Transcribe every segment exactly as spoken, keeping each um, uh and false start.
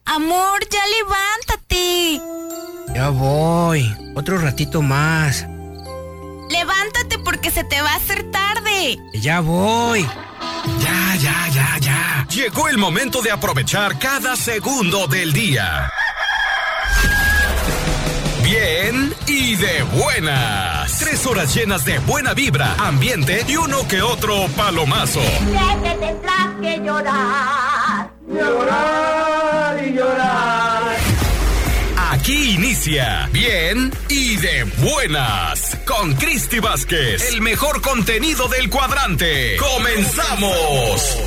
Amor, ya levántate. Ya voy, otro ratito más. Levántate porque se te va a hacer tarde. Ya voy. Ya, ya, ya, ya. Llegó el momento de aprovechar cada segundo del día. Bien y de buenas. Tres horas llenas de buena vibra, ambiente y uno que otro palomazo. Sé que tendrás que llorar. Llorar y llorar. Aquí inicia Bien y de buenas con Cristi Vázquez. El mejor contenido del cuadrante. ¡Comenzamos!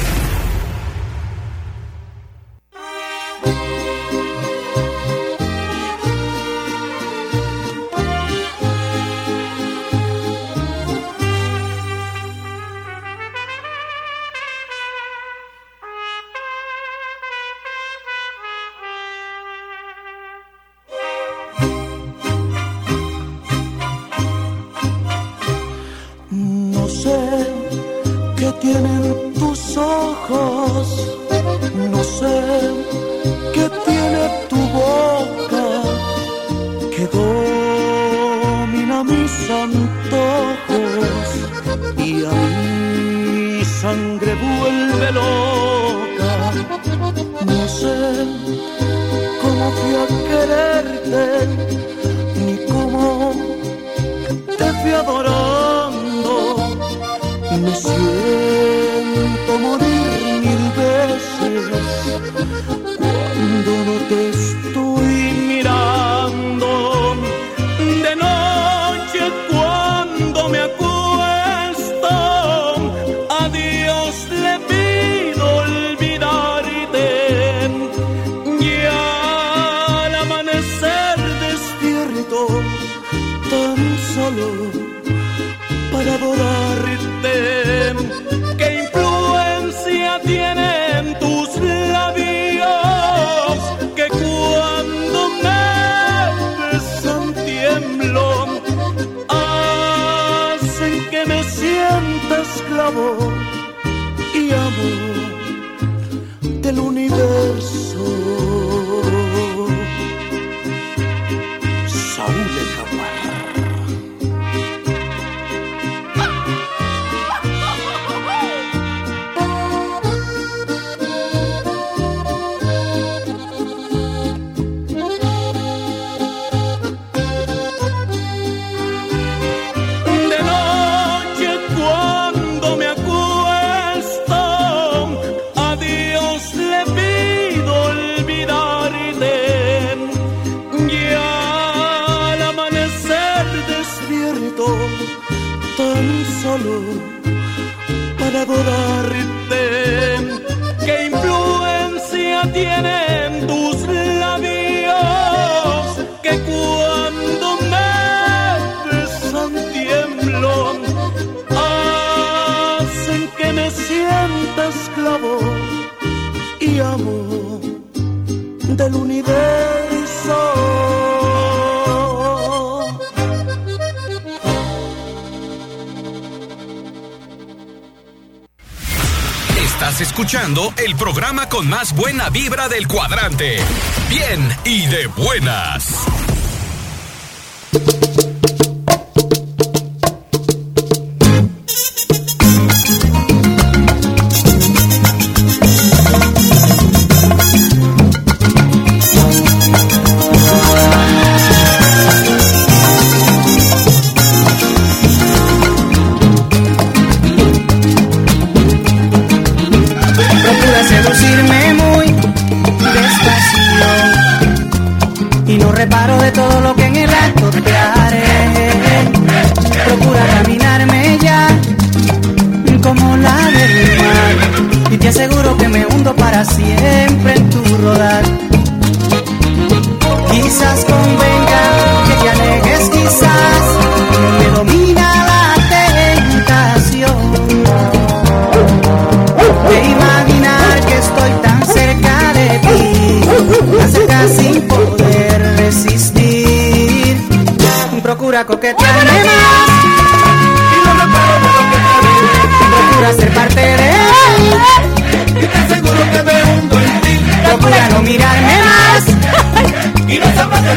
Tienen tus ojos, no sé qué tiene tu boca, que domina mis antojos y a mi sangre vuelve loca. No sé cómo fui a quererte, ni cómo te fui adorando. Me siento morir mil veces cuando no te estoy mirando. De noche cuando me acuesto, a Dios le pido olvidarte. Y al amanecer despierto tan solo para adorarte. ¿Qué influencia tienen tus labios que cuando me besan tiemblo? Hacen que me sienta esclavo y amo del universo. Saúl de Jaguar. Para adorarte. ¿Qué influencia tienen tus labios que cuando me besan tiemblo? Hacen que me sienta esclavo y amo del universo. Estás escuchando el programa con más buena vibra del cuadrante. Bien y de buenas. Reparo de todo lo que en el acto te haré. Procura caminarme ya como la del mar, y te aseguro que me hundo para siempre en tu rodar. Quizás convenga que te alejes, quizás me domina la tentación de imaginar que estoy tan cerca de ti, tan cerca sin poder resistir. Procura coquetearme más y no reparo de lo que te haré. Procura ser parte de él y te aseguro que me hundo en ti. Procura no mirar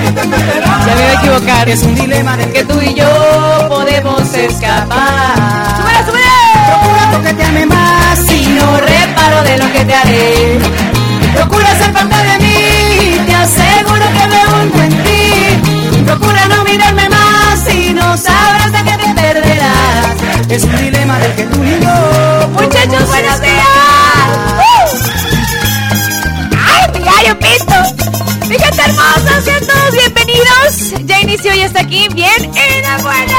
Ya me iba a equivocar. Es un dilema del Que tú y yo podemos escapar. ¡Súbela, súbela! Procura coquetearme más y no reparo de lo que te haré. Procura ser parte de mí, te aseguro que me hundo en ti. Procura no mirarme más y no sabrás de qué te perderás. Es un dilema del que tú y yo. Muchachos, buenos días. ¡Ay, mi gallo pinto! ¡Mi gente hermosa! Sean todos bienvenidos. Ya inició y está aquí. Bien, enhorabuena.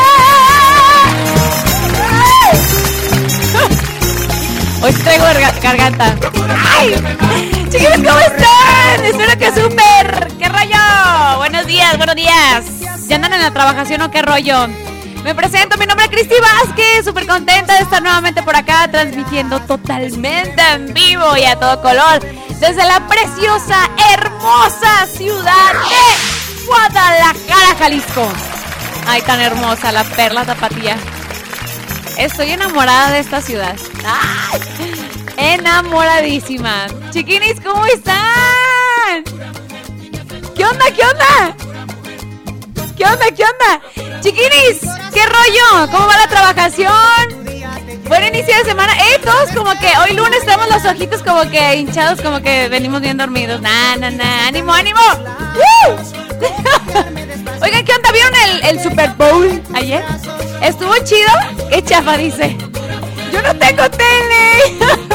Hoy traigo garga- garganta. ¡Ay! Chiquillos, ¿cómo están? Espero que súper. ¿Qué rollo? Buenos días, buenos días. ¿Ya andan en la trabajación o qué rollo? Me presento, mi nombre es Cristi Vázquez, súper contenta de estar nuevamente por acá, transmitiendo totalmente en vivo y a todo color, desde la preciosa, hermosa ciudad de Guadalajara, Jalisco. Ay, tan hermosa, la perla tapatía. Estoy enamorada de esta ciudad. ¡Ay! Enamoradísima. Chiquinis, ¿cómo están? ¿Qué onda, qué onda? ¿Qué onda, qué onda? Chiquinis, ¿qué rollo? ¿Cómo va la trabajación? Buen inicio de semana. Eh, todos como que hoy lunes tenemos los ojitos como que hinchados, como que venimos bien dormidos. Nah, nah, nah. ¡Ánimo, ánimo! ¡Woo! Oigan, ¿qué onda? ¿Vieron el, el Super Bowl ayer? ¿Estuvo chido? ¡Qué chafa, dice! ¡Yo no tengo tele!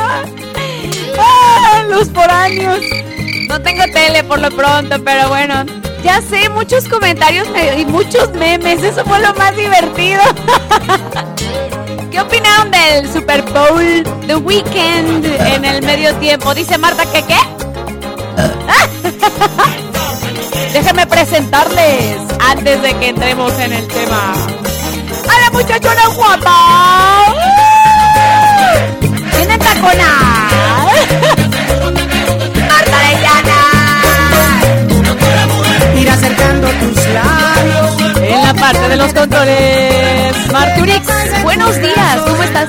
¡Ah, los foráneos! No tengo tele por lo pronto, pero bueno. Ya sé, muchos comentarios me- y muchos memes. Eso fue lo más divertido. ¿Qué opinaron del Super Bowl The Weeknd en el medio tiempo? Dice Marta que ¿qué? Déjenme presentarles antes de que entremos en el tema a la muchachona guapa. Viene tacona. Marta Arellana. Ir acercando tus labios. En la parte de los controles, Marturix, buenos días, ¿cómo estás?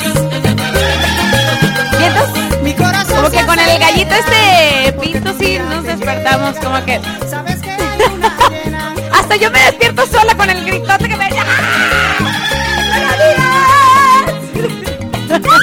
¿Vientos? Mi corazón Como que se con el acelera. gallito este pinto sí nos despertamos, como que ¿Sabes qué? Luna llena. hasta yo me despierto sola con el gritote que me ¡Ah! ¡Buenos días!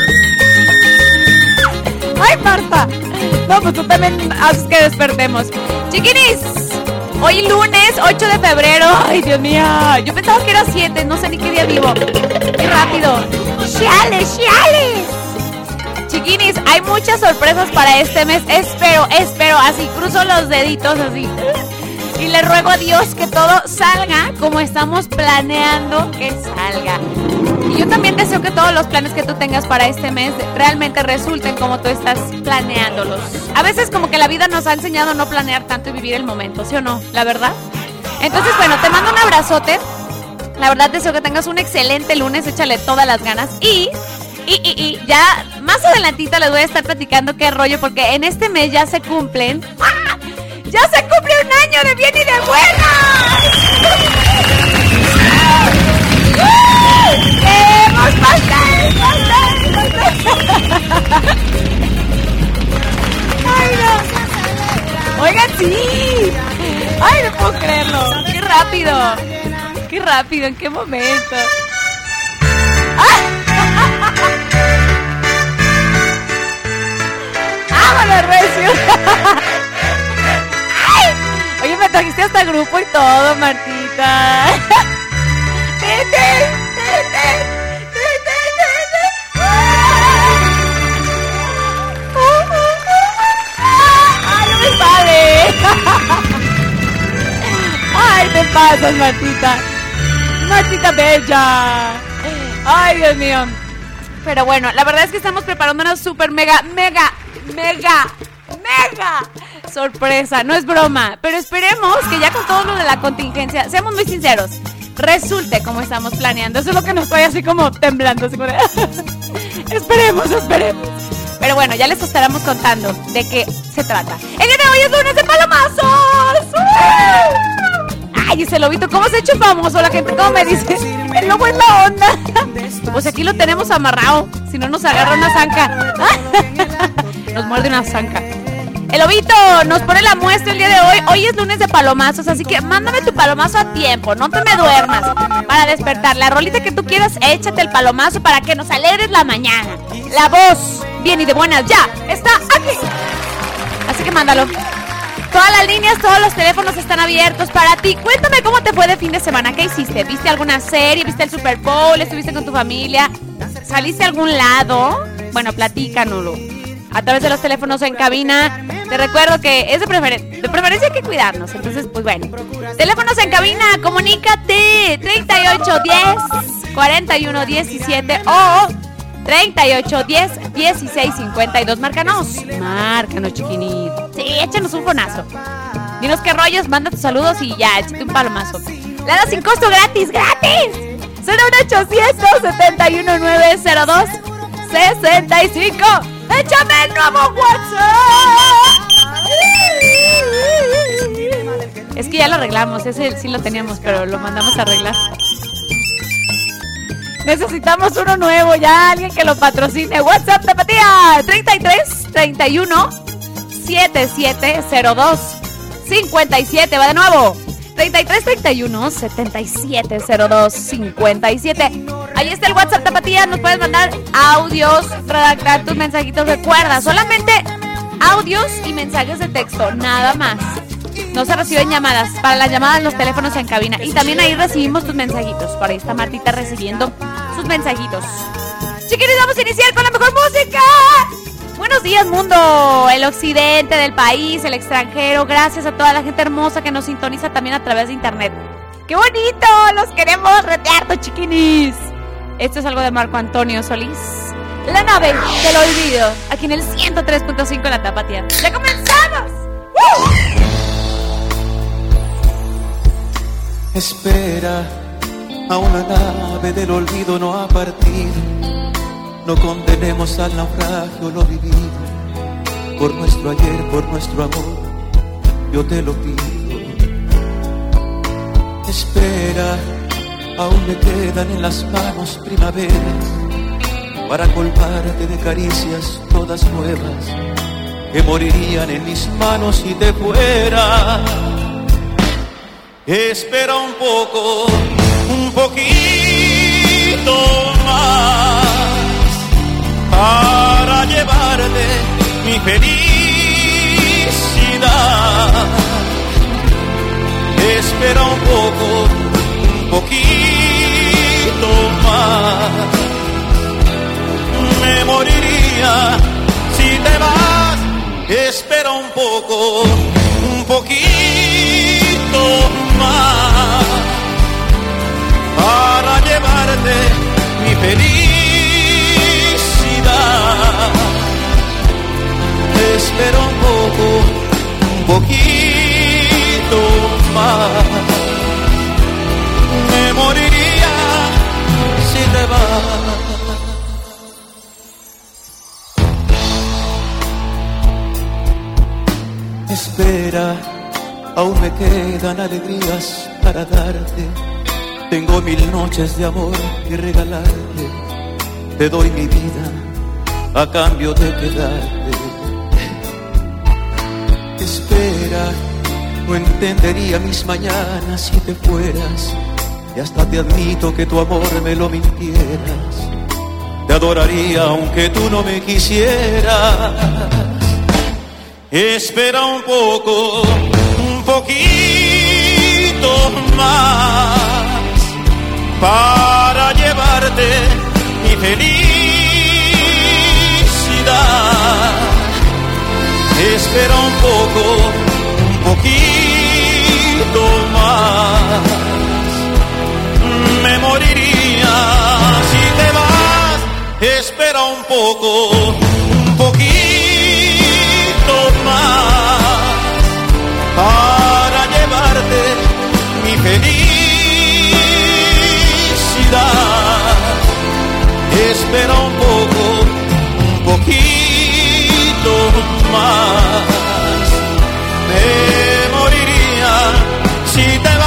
¡Ay, Marta! No, pues tú también haces que despertemos. Chiquinis, hoy lunes ocho de febrero. Ay, Dios mío, yo pensaba que era siete, no sé ni qué día vivo. ¡Qué rápido! ¡Chiales, chiales! Chiquinis, hay muchas sorpresas para este mes. Espero, espero, así cruzo los deditos así. Y le ruego a Dios que todo salga como estamos planeando que salga. Y yo también deseo que todos los planes que tú tengas para este mes realmente resulten como tú estás planeándolos. A veces como que la vida nos ha enseñado a no planear tanto y vivir el momento, ¿sí o no? La verdad. Entonces, bueno, te mando un abrazote. La verdad deseo que tengas un excelente lunes, échale todas las ganas. Y... Y, y, y ya más adelantito les voy a estar platicando qué rollo, porque en este mes ya se cumplen. ¡Ah! ¡Ya se cumple un año de bien y de buenas! ¡Queremos pastel, pastel, pastel! ¡Ay, no! ¡Oigan, sí! ¡Ay, no puedo creerlo! ¡Qué rápido! ¡Qué rápido! ¿En qué momento? ¡Vámonos, recio! ¡Ay! Oye, me trajiste hasta grupo y todo, Martita. ¡Tete! ¡Tete! ¡Tete! ¡Tete! ¡Ay, no me sale! ¡Ay, te pasas, Martita! ¡Martita bella! ¡Ay, Dios mío! Pero bueno, la verdad es que estamos preparando una super mega, mega, mega, mega sorpresa. No es broma, pero esperemos que ya con todo lo de la contingencia, seamos muy sinceros, resulte como estamos planeando. Eso es lo que nos estoy así como temblando, así como de... Esperemos, esperemos. Pero bueno, ya les estaremos contando de qué se trata. El día de hoy es lunes de palomazos. Ay, ese lobito, ¿cómo se ha hecho famoso? La gente, ¿cómo me dice? El lobo es la onda. Pues aquí lo tenemos amarrado. Si no nos agarra una zanca. Nos muerde una zanca. El Lobito nos pone la muestra el día de hoy. Hoy es lunes de palomazos, así que mándame tu palomazo a tiempo. No te me duermas para despertar. La rolita que tú quieras, échate el palomazo para que nos alegres la mañana. La voz, bien y de buenas, ya está aquí. Así que mándalo. Todas las líneas, todos los teléfonos están abiertos para ti. Cuéntame cómo te fue de fin de semana. ¿Qué hiciste? ¿Viste alguna serie? ¿Viste el Super Bowl? ¿Estuviste con tu familia? ¿Saliste a algún lado? Bueno, platícanoslo a través de los teléfonos en cabina. Te recuerdo que es de, preferen- de preferencia hay que cuidarnos. Entonces, pues bueno. Teléfonos en cabina, comunícate. treinta y ocho diez, cuarenta y uno diecisiete o treinta y ocho diez, dieciséis cincuenta y dos. Márcanos. Márcanos, chiquinito. Sí, échanos un fonazo. Dinos qué rollos, manda tus saludos y ya, échate un palomazo. La da sin costo, gratis, gratis. cero uno ochocientos, setenta y uno, nueve cero dos, sesenta y cinco. ¡Échame el nuevo WhatsApp! Es que ya lo arreglamos, ese sí lo teníamos, pero lo mandamos a arreglar. Necesitamos uno nuevo ya, alguien que lo patrocine. WhatsApp Tapatía treinta y tres, treinta y uno, setenta y siete cero dos, cincuenta y siete. Va de nuevo. treinta y tres, treinta y uno, setenta y siete cero dos, cincuenta y siete. Ahí está el WhatsApp Tapatía. Nos puedes mandar audios, redactar tus mensajitos. Recuerda, solamente audios y mensajes de texto, nada más. No se reciben llamadas. Para las llamadas, los teléfonos en cabina. Y también ahí recibimos tus mensajitos. Por ahí está Martita recibiendo sus mensajitos. Chiquillos, vamos a iniciar con la mejor música. Buenos días, mundo. El occidente del país, el extranjero. Gracias a toda la gente hermosa que nos sintoniza también a través de internet. ¡Qué bonito! Los queremos retearto, chiquinis. Esto es algo de Marco Antonio Solís. La nave del olvido. Aquí en el ciento tres punto cinco en la Tapatía. ¡Ya comenzamos! ¡Woo! Espera, a una nave del olvido no ha partido. No condenemos al naufragio lo vivido. Por nuestro ayer, por nuestro amor, yo te lo pido. Espera, aún me quedan en las manos primaveras para colmarte de caricias todas nuevas que morirían en mis manos si te fuera. Espera un poco, un poquito más para llevarte mi felicidad. Espera un poco, un poquito más. Me moriría si te vas. Espera un poco, un poquito más para llevarte mi felicidad. Espera un poco, un poquito más. Me moriría si te vas. Espera, aún me quedan alegrías para darte. Tengo mil noches de amor que regalarte. Te doy mi vida a cambio de quedarte. Espera, no entendería mis mañanas si te fueras. Y hasta te admito que tu amor me lo mintieras. Te adoraría aunque tú no me quisieras. Espera un poco, un poquito más para llevarte mi felicidad. Espera un poco, un poquito más. Me moriría si te vas. Espera un poco, un poquito más para llevarte mi felicidad. Espera un poco, un poquito más. Me moriría si te vas.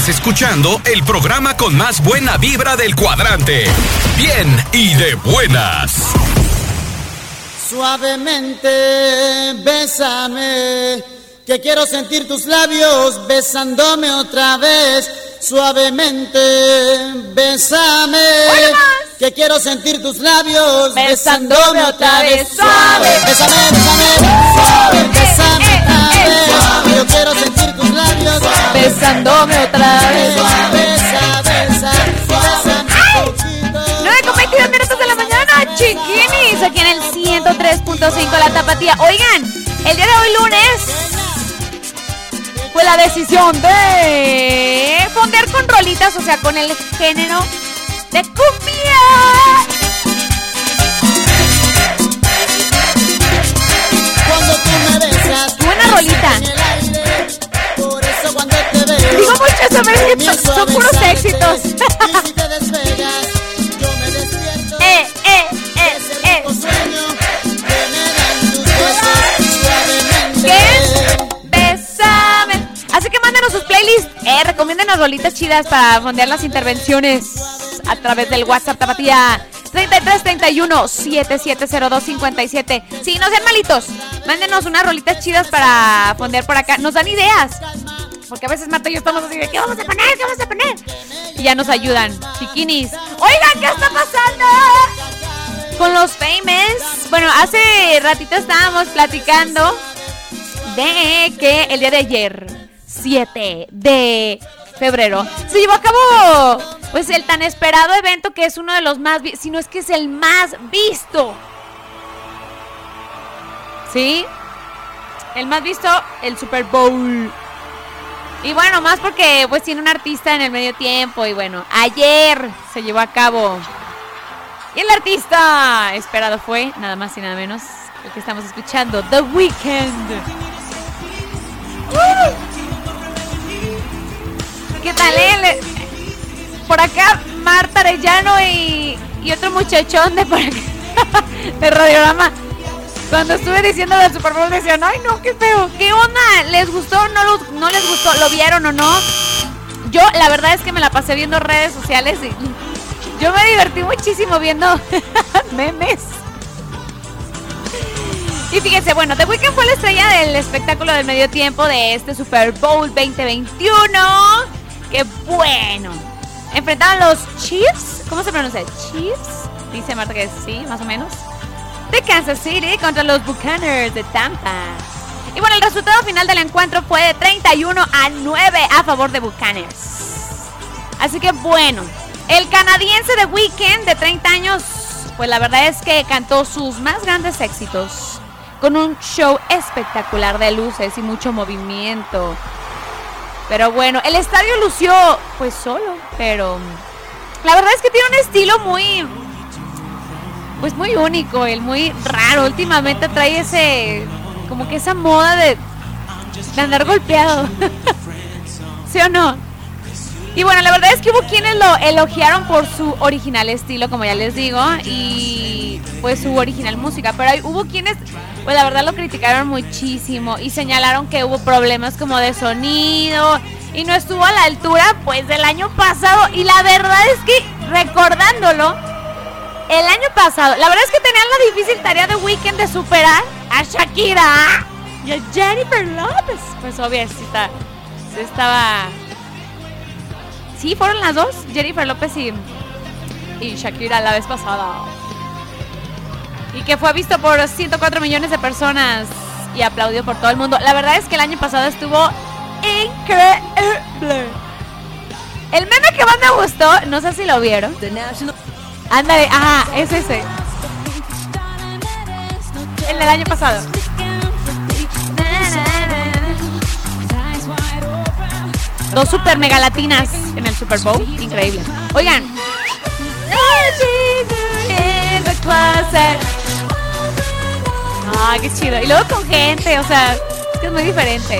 Estás escuchando el programa con más buena vibra del cuadrante. Bien y de buenas. Suavemente, bésame, que quiero sentir tus labios besándome otra vez. Suavemente, bésame, que quiero sentir tus labios besándome otra vez. Suave, bésame, bésame, suave, bésame otra vez. Yo quiero sentir tus labios besándome otra vez. Besa, besa, bésame un poquito. nueve con veintidós minutos de la mañana, chiquinis, aquí en el ciento tres punto cinco La Tapatía. Oigan, el día de hoy lunes fue la decisión de fondear con rolitas, o sea, con el género de cumbia. Cuando tú me besas, qué buena rolita. Por eso cuando te veo, digo mucho eso, pero es que son puros éxitos. Y si te despegas, yo me despierto. Eh, eh, eh, eh. Sueño que me dan tus besos suavemente. ¿Qué? Bésame. Así que mándenos sus playlists. Eh, recomiéndenos rolitas chidas para fondear las intervenciones a través del WhatsApp Tapatía treinta y tres treinta y uno setenta y siete cero dos cincuenta y siete. Sí, no sean malitos. Mándenos unas rolitas chidas para fondear por acá. Nos dan ideas. Porque a veces Marta y yo estamos así de ¿qué vamos a poner? ¿Qué vamos a poner? Y ya nos ayudan. Chiquinis. Oigan, ¿qué está pasando con los Famous? Bueno, hace ratito estábamos platicando de que el día de ayer, siete de febrero, se llevó a cabo pues el tan esperado evento que es uno de los más, si no es que es el más visto. ¿Sí? El más visto, el Super Bowl. Y bueno, más porque pues tiene un artista en el medio tiempo. Y bueno, ayer se llevó a cabo. Y el artista esperado fue, nada más y nada menos, el que estamos escuchando, The Weeknd. ¡Uh! ¿Qué tal él? Por acá Marta Arellano y, y otro muchachón de por acá, de Radiorama. Cuando estuve diciendo del Super Bowl decían, ay no, qué feo. ¿Qué onda? ¿Les gustó o no, lo, no les gustó? ¿Lo vieron o no? Yo la verdad es que me la pasé viendo redes sociales y yo me divertí muchísimo viendo memes. Y fíjense, bueno, The Weeknd fue la estrella del espectáculo del medio tiempo de este Super Bowl veinte veintiuno. ¡Qué bueno! Enfrentaron los Chiefs. ¿Cómo se pronuncia? Chiefs. Dice Marta que sí, más o menos. De Kansas City contra los Buccaneers de Tampa. Y bueno, el resultado final del encuentro fue de treinta y uno a nueve a favor de Buccaneers. Así que bueno, el canadiense The Weeknd de treinta años, pues la verdad es que cantó sus más grandes éxitos con un show espectacular de luces y mucho movimiento. Pero bueno, el estadio lució pues solo, pero la verdad es que tiene un estilo muy, pues muy único, el muy raro. Últimamente trae ese, como que esa moda de, de andar golpeado. ¿Sí o no? Y bueno, la verdad es que hubo quienes lo elogiaron por su original estilo, como ya les digo, y pues su original música. Pero hay, hubo quienes, pues la verdad lo criticaron muchísimo y señalaron que hubo problemas como de sonido y no estuvo a la altura pues del año pasado. Y la verdad es que recordándolo, el año pasado, la verdad es que tenían la difícil tarea de Weeknd de superar a Shakira y a Jennifer Lopez. Pues obvio, sí, está, sí estaba... Sí, fueron las dos, Jennifer López y, y Shakira la vez pasada. Y que fue visto por ciento cuatro millones de personas y aplaudido por todo el mundo. La verdad es que el año pasado estuvo increíble. El meme que más me gustó, no sé si lo vieron. Ándale, ajá, es ese. El del año pasado. Dos super mega latinas en el Super Bowl. Increíble. Oigan. Ah, qué chido. Y luego con gente, o sea, es que es muy diferente.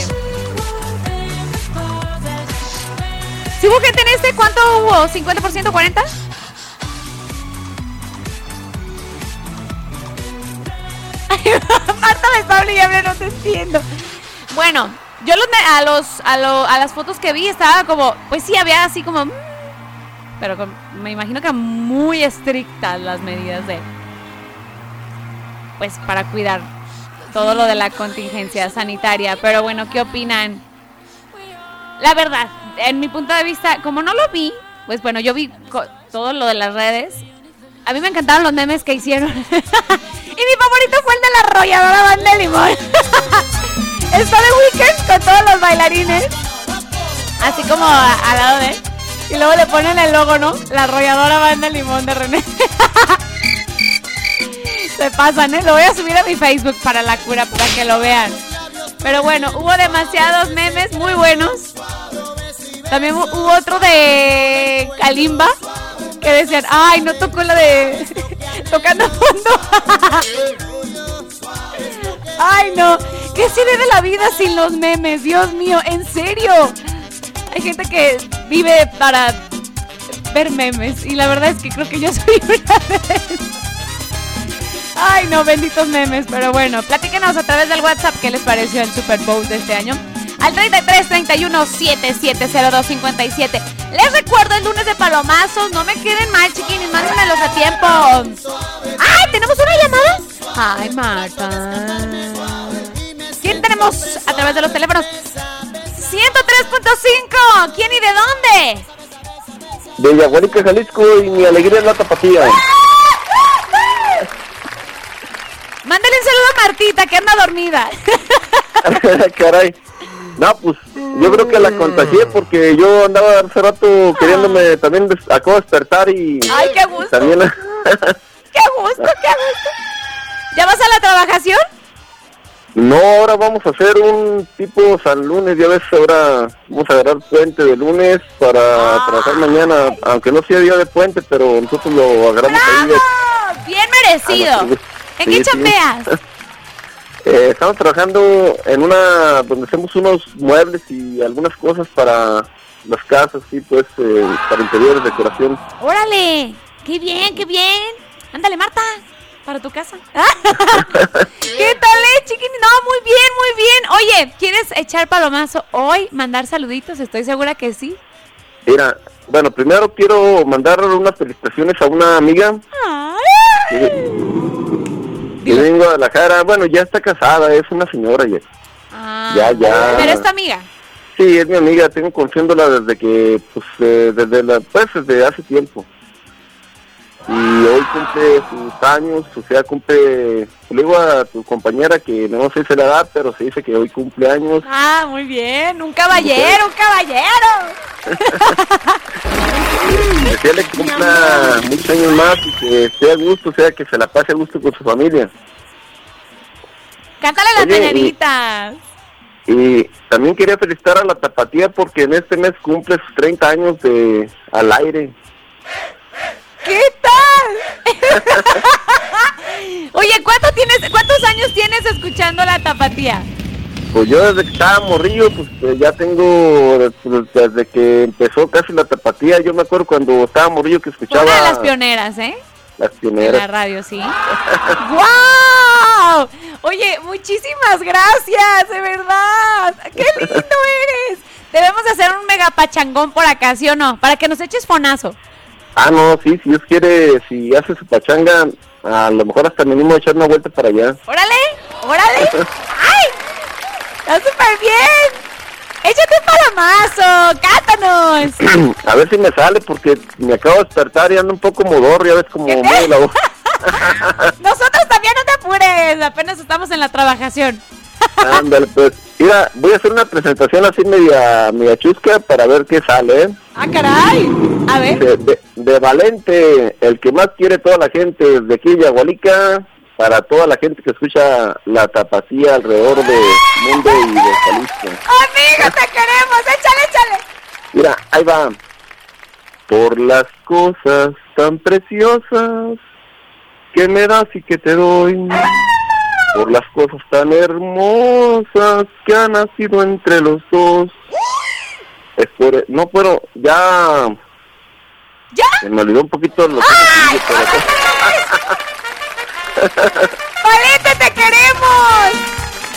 ¿Sí hubo gente en este? ¿Cuánto hubo? ¿cincuenta por ciento? ¿cuarenta por ciento? Marta me está obligando, no te entiendo. Bueno, yo los, a los a, lo, a las fotos que vi estaba como, pues sí, había así como, pero con, me imagino que muy estrictas las medidas de, pues para cuidar todo lo de la contingencia sanitaria. Pero bueno, ¿qué opinan? La verdad, en mi punto de vista, como no lo vi, pues bueno, yo vi co- todo lo de las redes. A mí me encantaron los memes que hicieron. Y mi favorito fue el de la arrolladora Banda de Limón. Está de Weeknd con todos los bailarines, así como a- al lado de él. Y luego le ponen el logo, ¿no? La arrolladora Banda de Limón de René. Se pasan, ¿eh? Lo voy a subir a mi Facebook para la cura, para que lo vean. Pero bueno, hubo demasiados memes muy buenos. También hubo otro de Kalimba que decían, ay, no tocó la de tocando fondo. Ay, no. ¿Qué sería de la vida sin los memes? Dios mío, en serio. Hay gente que vive para ver memes y la verdad es que creo que yo soy una de esas. Ay, no, benditos memes. Pero bueno, platíquenos a través del WhatsApp qué les pareció el Super Bowl de este año. Al treinta y tres, treinta y uno, setenta y siete, cero dos, cincuenta y siete. Les recuerdo el lunes de palomazos. No me queden mal, chiquinis, mándenmelos a tiempo. ¡Ay, tenemos una llamada! ¡Ay, Marta! ¿Quién tenemos a través de los teléfonos? ciento tres punto cinco. ¿Quién y de dónde? De Yaguarica, Jalisco, y mi alegría es la tapatía. Mándale un saludo a Martita, que anda dormida. Caray. No, pues yo creo que la contagié porque yo andaba hace rato queriéndome también, des- acabo de despertar y... Ay, qué gusto. También... Qué gusto, qué gusto. ¿Ya vas a la trabajación? No, ahora vamos a hacer un tipo San Lunes, ya ves, ahora vamos a agarrar puente de lunes para Ah. trabajar mañana, aunque no sea día de puente, pero nosotros lo agarramos ahí. De... Bien merecido. Ah, no, ¿En sí, qué sí. chambeas? Eh, estamos trabajando en una, donde hacemos unos muebles y algunas cosas para las casas, sí, pues, eh, para interiores, decoración. Órale, qué bien, qué bien. Ándale, Marta, para tu casa. ¿Qué tal, eh, chiquini? No, muy bien, muy bien. Oye, ¿quieres echar palomazo hoy? ¿Mandar saluditos? Estoy segura que sí. Mira, bueno, primero quiero mandar unas felicitaciones a una amiga. Que, que vive en Guadalajara. Bueno, ya está casada, es una señora ya. Ah, Ya, ya. Pero es tu amiga. Sí, es mi amiga, tengo conociéndola desde que, pues, eh, desde la, pues, desde hace tiempo. Y hoy cumple sus años, o sea, cumple, le digo a tu compañera que no sé si se la da, pero se dice que hoy cumple años. Ah, muy bien, un caballero, un caballero. Desearle que cumpla muchos años más y que esté a gusto, o sea, que se la pase a gusto con su familia. Cántale las Oye, mañanitas. Y también quería felicitar a la Tapatía porque en este mes cumple sus treinta años de al aire. ¿Qué tal? Oye, ¿cuánto tienes, ¿cuántos años tienes escuchando la Tapatía? Pues yo desde que estaba morrillo, pues eh, ya tengo, pues, desde que empezó casi la Tapatía, yo me acuerdo cuando estaba morrillo que escuchaba... Una de las pioneras, ¿eh? Las En pioneras. la radio, sí. ¡Guau! Oye, muchísimas gracias, de verdad. ¡Qué lindo eres! Debemos de hacer un mega pachangón por acá, ¿sí o no? Para que nos eches fonazo. Ah, no, sí, si Dios quiere, si hace su pachanga, a lo mejor hasta me animo a echar una vuelta para allá. ¡Órale! ¡Órale! ¡Ay! ¡Está súper bien! ¡Échate un palomazo! ¡Cántanos! A ver si me sale, porque me acabo de despertar y ando un poco modorro, ya ves como ¿Qué te- muy la voz. Nosotros también, no te apures. Apenas estamos en la trabajación. Ándale, pues, mira, voy a hacer una presentación así media, media chusca para ver qué sale, ¿eh? ¡Ah, caray! A ver. De, de, de Valente, el que más quiere toda la gente de aquí de Yagualica, para toda la gente que escucha la Tapatía alrededor de mundo y de Jalisco. ¡Amigo, te queremos! ¡Échale, échale! Mira, ahí va. Por las cosas tan preciosas que me das y que te doy, por las cosas tan hermosas que han nacido entre los dos. Es por, no puedo, ya... ¿Ya? Se me olvidó un poquito lo que... ¡Ay! ¡Valente, te queremos!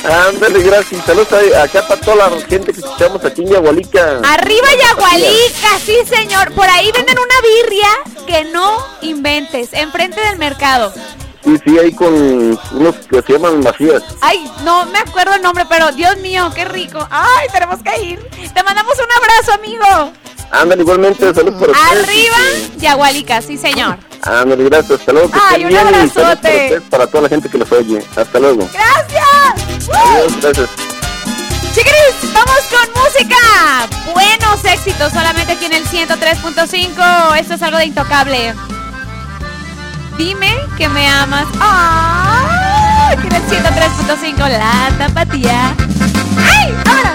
Ándale, gracias. Saludos a- acá para toda la gente que escuchamos aquí en Yagualica. Arriba Yagualica, sí señor. Por ahí venden una birria que no inventes, enfrente del mercado. Sí, sí, ahí con unos que se llaman Macías. Ay, no me acuerdo el nombre, pero Dios mío, qué rico. Ay, tenemos que ir. Te mandamos un abrazo, amigo. Ándale, igualmente, saludos por ustedes. Arriba Yagualica, sí señor. Ándale, gracias. Hasta luego. Que Ay, estén un bien, y saludos abrazote. para ustedes, para toda la gente que los oye. Hasta luego. Gracias. Adiós, gracias. Chiquiris, vamos con música. Buenos éxitos solamente aquí en el ciento tres punto cinco. Esto es algo de Intocable. Dime que me amas. ¡Ah! Aquí en el ciento tres punto cinco, La Tapatía. ¡Ay! ¡Ahora!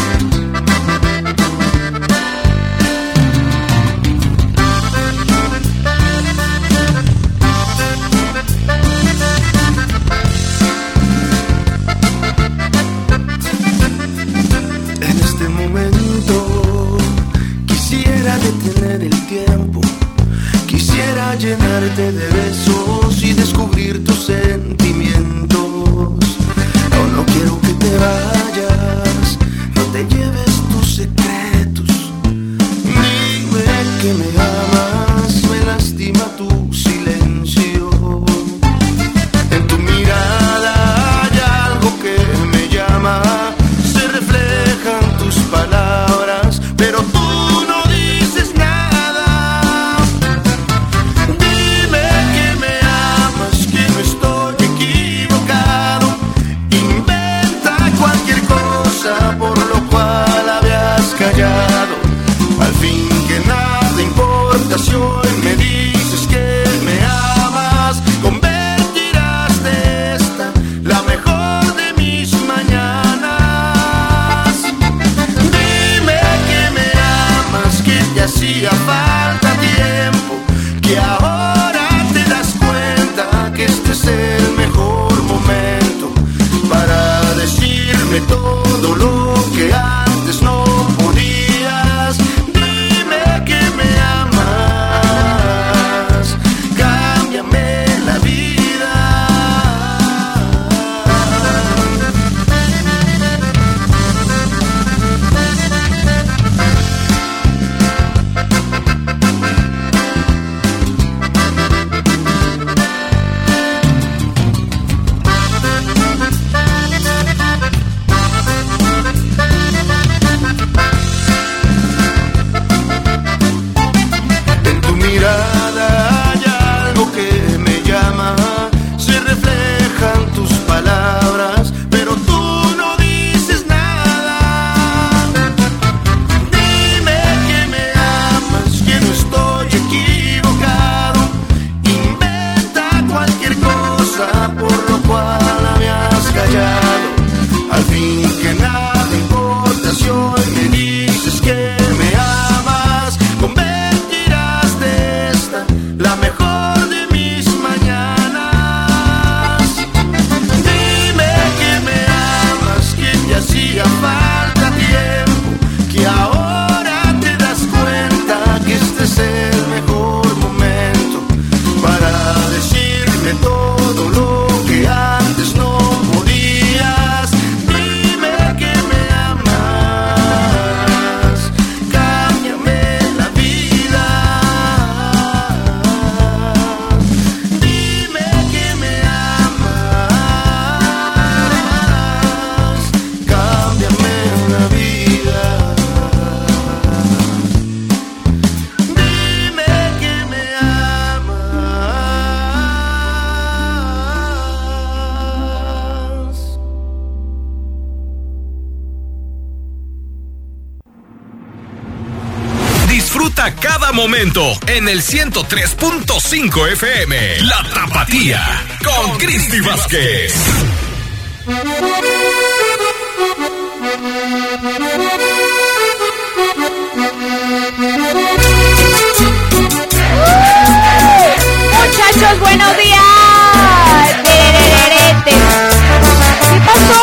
En este momento quisiera detener el tiempo, quisiera llenarte de besos y descubrir tus sentimientos. Oh, no quiero que te vayas, no te lleves tus secretos. Dime que me amas, me lastima tu silencio. En tu mirada hay algo que me llama, se reflejan tus palabras, pero tú no dices nada. Dime que me amas, que no estoy equivocado. Inventa cualquier cosa por lo cual habías callado. Al fin que nada importa si hoy me dices que me amas. Convertirás de esta la mejor de mis mañanas. Dime que me amas, que te hacía falta tiempo, que ahora te das cuenta que este es el mejor momento para decirme todo lo que antes no podías. Dime que me amas, cámbiame la vida. En tu mirada hay algo que me llama, se reflejan tus palabras, pero tú no dices nada. Dime que me amas, que no estoy equivocado. Inventa cualquier cosa por lo cual habías callado. Al fin que nada importa si hoy me dices que me amas. Convertirás de esta la mejor de mis mañanas. Dime que me amas, que te hacía falta tiempo, que ahora te das cuenta que este es el mejor momento para decirme todo lo que antes no podías. Dime que me amas, cámbiame la vida. Dime que me amas, cámbiame la vida. Dime que me amas. Disfruta cada momento en el ciento tres punto cinco F M. La Tapatía con Cristi Vázquez. Muchachos, buenos días. Terererete. ¿Qué pasó?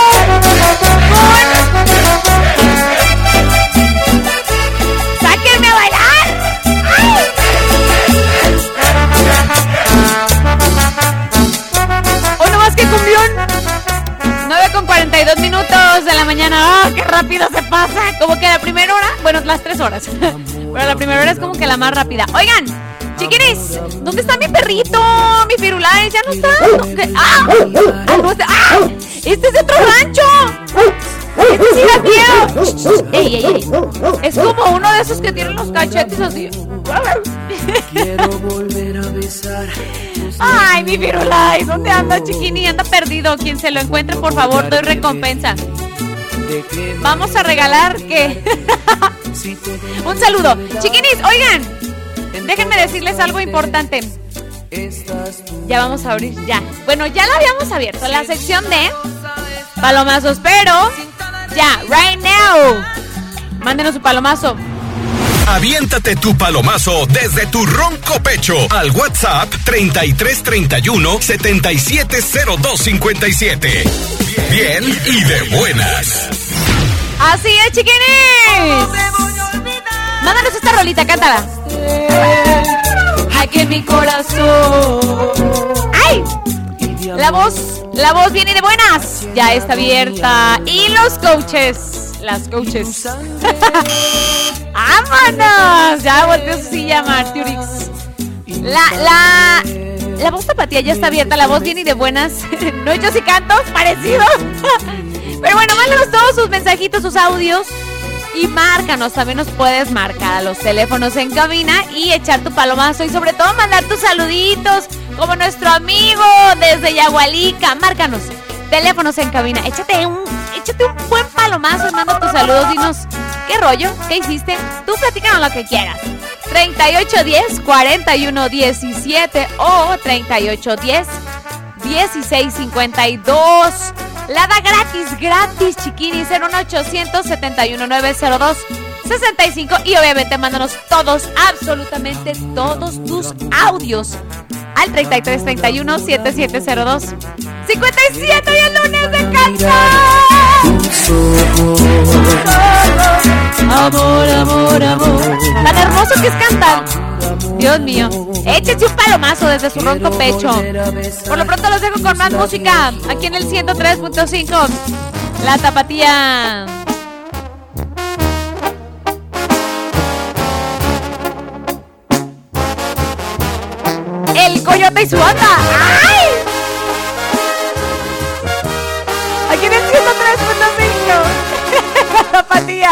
¡Sáquenme a bailar! ¡Ay! ¡Oh, no más que cumbión! nueve con cuarenta cuarenta y dos minutos de la mañana. ¡Ah, qué rápido se pasa! Como que la primera hora, bueno, las tres horas. Pero la primera hora es como que la más rápida. Oigan, chiquinis, ¿dónde está mi perrito? Mi Firulais, ya no está. ¿Qué? ¡Ah! ¡Ah, no está! ¡Ah! ¡Este es de otro rancho! ¡Este sí da miedo! ¡Ey, ey, ey! Es como uno de esos que tienen los cachetes así. Quiero volver a besar. Ay, mi Firulais, ¿dónde anda, chiquini? Anda perdido. Quien se lo encuentre, por favor, doy recompensa. Vamos a regalar, ¿qué? Un saludo. Chiquinis, oigan, déjenme decirles algo importante. Ya vamos a abrir, ya. Bueno, ya la habíamos abierto, la sección de palomazos, pero ya, right now. Mándenos su palomazo. Aviéntate tu palomazo desde tu ronco pecho al WhatsApp treinta y tres treinta y uno setenta y siete cero dos cincuenta y siete. Bien y de buenas. Así es, chiquinis. Mándanos esta rolita, cántala. Aquí en mi corazón. ¡Ay! La voz, la voz viene de buenas. Ya está abierta. Y los coaches, las coaches. ¡Vámonos! Ya volvió su silla, Marturix. La, la, la voz tapatía ya está abierta. La voz viene de buenas. No hechos y cantos parecidos. Pero bueno, mándanos todos sus mensajitos, sus audios. Y márcanos, también nos puedes marcar a los teléfonos en cabina y echar tu palomazo y sobre todo mandar tus saluditos, como nuestro amigo desde Yagualica. Márcanos, teléfonos en cabina, échate un, échate un buen palomazo, manda tus saludos, dinos qué rollo, qué hiciste, tú platícanos lo que quieras. treinta y ocho diez, cuarenta y uno diecisiete o treinta y ocho diez, dieciséis cincuenta y dos. La da gratis, gratis, chiquini. Cero uno ochocientos setenta y uno nueve cero dos sesenta y cinco. Y obviamente mándanos todos, absolutamente todos tus audios al treinta y tres treinta y uno setenta y siete cero dos cincuenta y siete. Y el lunes de cantar. Amor, amor, amor. Tan hermoso que es cantar. Dios mío. Échense un palomazo desde su ronco pecho. Por lo pronto los dejo con más música aquí en el ciento tres punto cinco. La Tapatía. El Coyote y su banda. ¡Ay! Aquí en el ciento tres punto cinco. La Tapatía.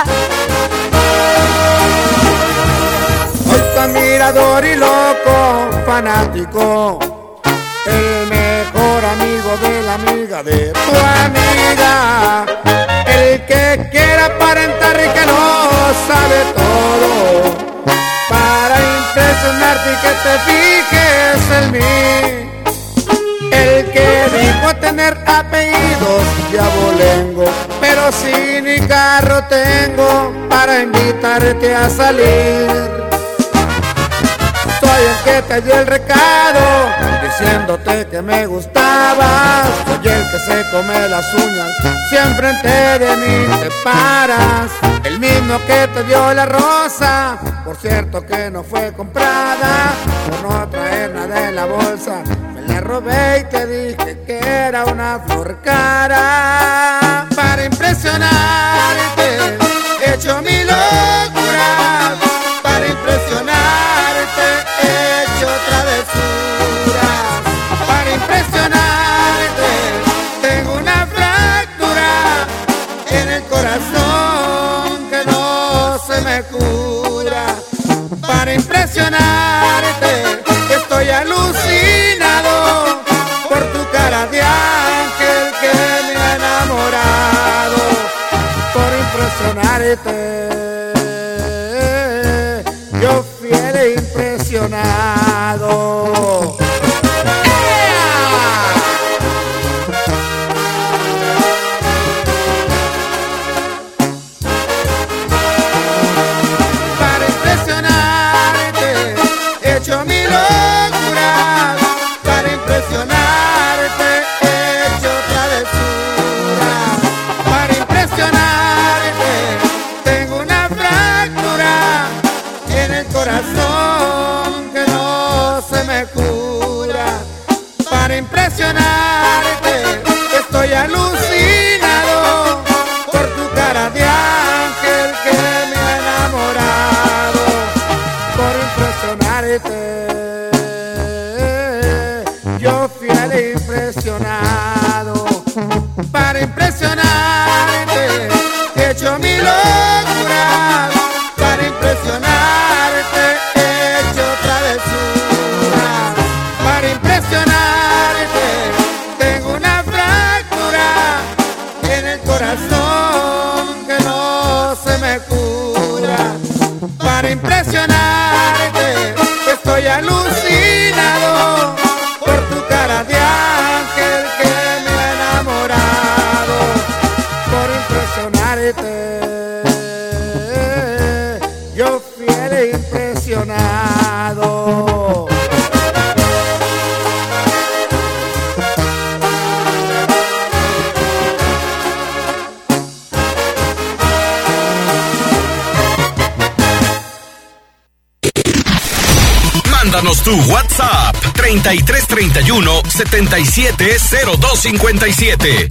Admirador y loco, fanático, el mejor amigo de la amiga de tu amiga, el que quiera aparentar y que no sabe todo, para impresionarte y que te fijes en mí, el que dijo tener apellidos de abolengo, pero si ni carro tengo para invitarte a salir. Soy el que te dio el recado, diciéndote que me gustabas. Soy el que se come las uñas, siempre enfrente de mí te paras. El mismo que te dio la rosa, por cierto que no fue comprada. Por no traer nada de la bolsa, me la robé y te dije que era una flor cara. Para impresionarte, he hecho mi locura. Para impresionarte, he hecho travesuras. Para impresionarte, tengo una fractura en el corazón que no se me cura. Para impresionarte, estoy alucinado por tu cara de ángel que me ha enamorado. Por impresionarte, yo fiel e impresionado. Para impresionarte, he hecho mi locura. Para impresionarte, he hecho travesuras. Para impresionarte, tengo una fractura en el corazón que no se me corazón que no se me cura. Para impresionarte estoy alucinado por tu cara de ángel que me ha enamorado. Por impresionarte yo fiel e impresionado. Mándanos tu WhatsApp treinta y tres treinta y uno setenta y siete cero dos cincuenta y siete.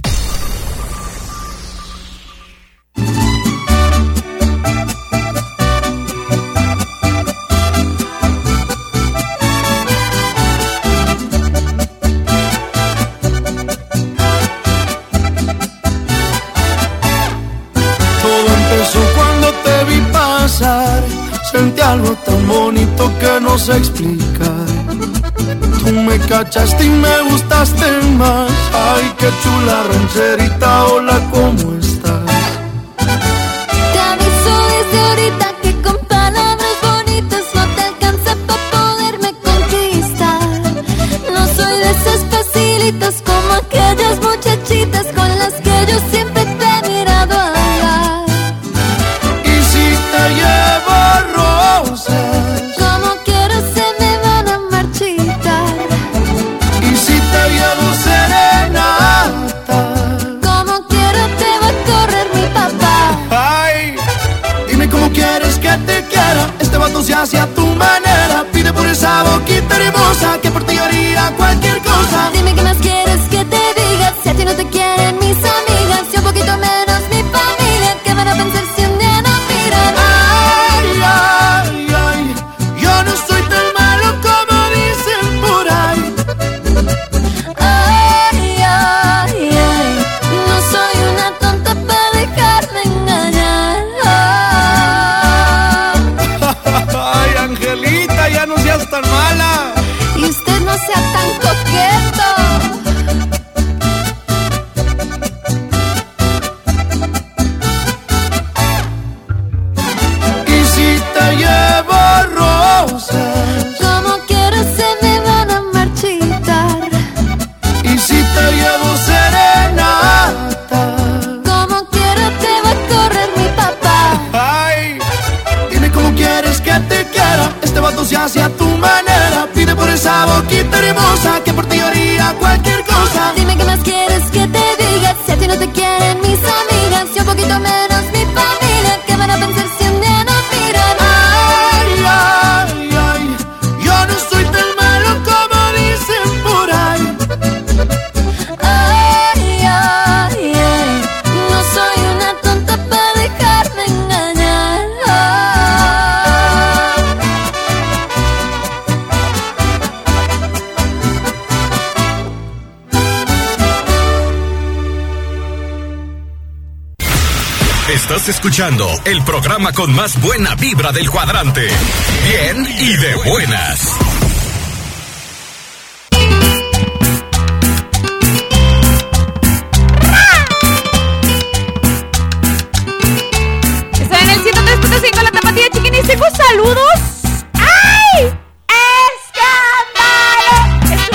Todo empezó cuando te vi pasar. Sentí algo tan bonito que no sé explicar. Tú me cachaste y me gustaste más. Ay, qué chula rancherita, hola, ¿cómo estás? Te aviso desde ahorita que con palabras bonitas no te alcanza para poderme conquistar. No soy de esas facilitas como aquellas muchachitas con las que yo siempre te he mirado hablar. Y si te llevo rosas, como quiero se me van a marchitar. y si te llevo serenata, Como quiero te va a correr mi papá. ay, dime cómo quieres que te quiera. Este vato se hace a tu manera. Pide por esa boquita hermosa que por ti haría cualquier cosa. Dime qué más quieres que te diga. Si a ti no te quieren mis amigas y un poquito menos mi familia, ¿qué van a pensar si un día no miran? Ay, ay, ay, yo no soy tan malo como dicen por ahí. Ay, ay, ay, no soy una tonta para dejarme engañar. Ay, Angelita, ya no seas tan mala. Y usted no sea tan coqueto. Y si te llevo rosas, Como quiero se me van a marchitar. y si te llevo serenata, Como quiero te va a correr mi papá. ay, dime cómo quieres que te quiera. Este vato se hace a tu manera. Pide por esa boquita hermosa que por ti haría cualquier cosa. Dime qué más quieres que te diga. Si a ti no te quieren mis amigas y un poquito menos mi familia, ¿qué van a pensar si un día no miran? Ay, ay, ay, yo no soy tan malo como dicen por ahí. Ay, ay, ay, no soy una tonta para dejarme engañar. Estás escuchando el programa con más buena vibra del cuadrante. Bien y de buenas. Estoy en el ciento tres punto cinco La Tapatía, chiquinis. Tengo saludos. ¡Ay! ¡Escándalo! ¡Es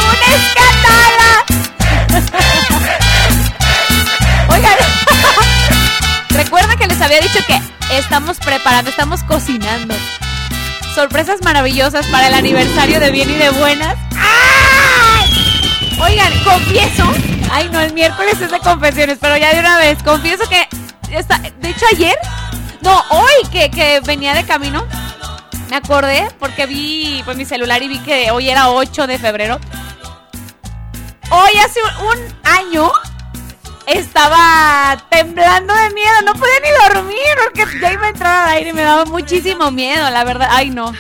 un escándalo! Oigan, recuerda que les había dicho que estamos preparando, estamos cocinando sorpresas maravillosas para el aniversario de Bien y de Buenas. ¡Ay! Oigan, confieso. Ay, no, el miércoles es de confesiones, pero ya de una vez. Confieso que esta, de hecho ayer, no, hoy que, que venía de camino, me acordé porque vi pues mi celular y vi que hoy era ocho de febrero. Hoy hace un, un año estaba temblando de miedo, no podía ni dormir porque ya iba a entrar al aire y me daba muchísimo miedo, la verdad. Ay, no.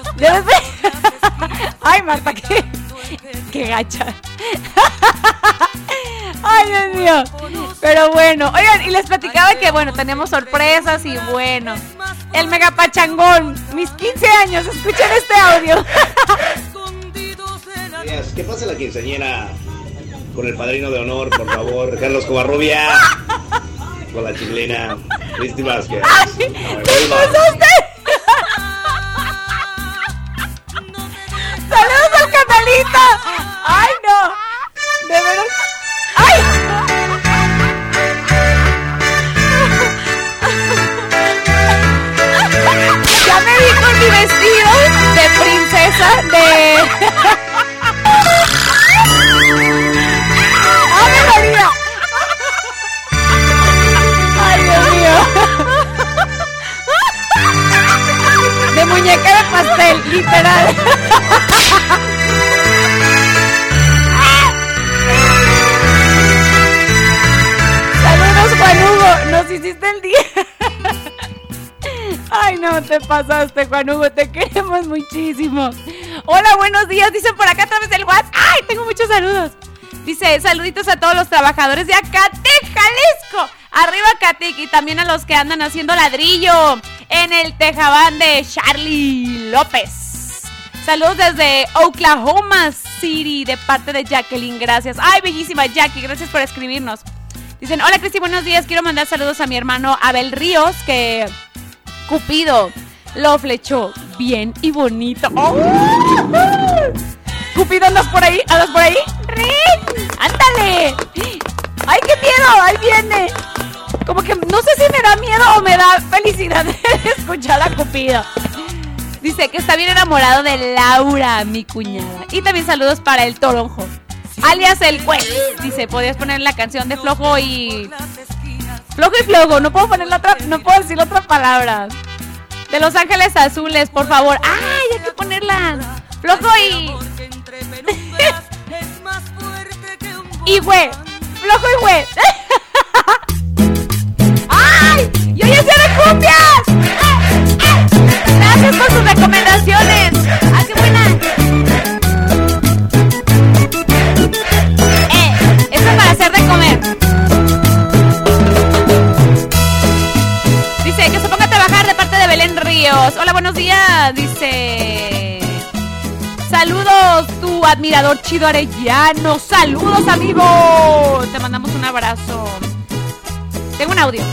Ay, Marta, qué, qué gacha. Ay, Dios mío. Pero bueno, oigan, y les platicaba que, bueno, tenemos sorpresas y bueno, el mega pachangón, mis quince años, escuchen este audio. ¿Qué pasa la quinceañera con el padrino de honor, por favor, Carlos Covarrubia? con la chilena Cristi Vázquez. ¡Ay! ¿Qué pasaste? ¡Saludos al canalito! ¡Ay, no! De verdad. ¡Ay! Ya me vi con mi vestido de princesa de... ¡Ave María! ¡Ay, Dios mío! De muñeca de pastel, literal. Saludos, Juan Hugo, nos hiciste el día. Ay, no, te pasaste, Juan Hugo, te queremos muchísimo. Hola, buenos días, dicen por acá a través del WhatsApp. Ay, tengo muchos saludos. Dice, saluditos a todos los trabajadores de Acatec, Jalisco. Arriba Acatec, y también a los que andan haciendo ladrillo en el Tejabán de Charlie López. Saludos desde Oklahoma City de parte de Jacqueline, gracias. Ay, bellísima Jackie, gracias por escribirnos. Dicen, hola Cristi, buenos días, quiero mandar saludos a mi hermano Abel Ríos, que Cupido lo flechó bien y bonito. ¡Oh! Cupido, ¿andas por ahí? ¿Andas por ahí? ¡Rin! ¡Ándale! ¡Ay, qué miedo! ¡Ahí viene! Como que no sé si me da miedo o me da felicidad de escuchar a Cupido. Dice que está bien enamorado de Laura, mi cuñada. Y también saludos para el Toronjo, alias el juez. Dice, podrías poner la canción de Flojo y... Flojo y Flojo, no puedo poner la otra, no puedo decir la otra palabra. De Los Ángeles Azules, por favor. ¡Ay, hay que ponerla! Flojo y... y güey. Flojo y güey. ¡Ay! ¡Yo ya sé de cumbias! Gracias por sus recomendaciones. ¡Ah, qué buena! Eh, esto es para hacer de comer. Dice que se ponga a trabajar de parte de Belén Ríos. Hola, buenos días. Dice... Saludos, tu admirador Chido Arellano. Saludos, amigo. Te mandamos un abrazo. Tengo un audio.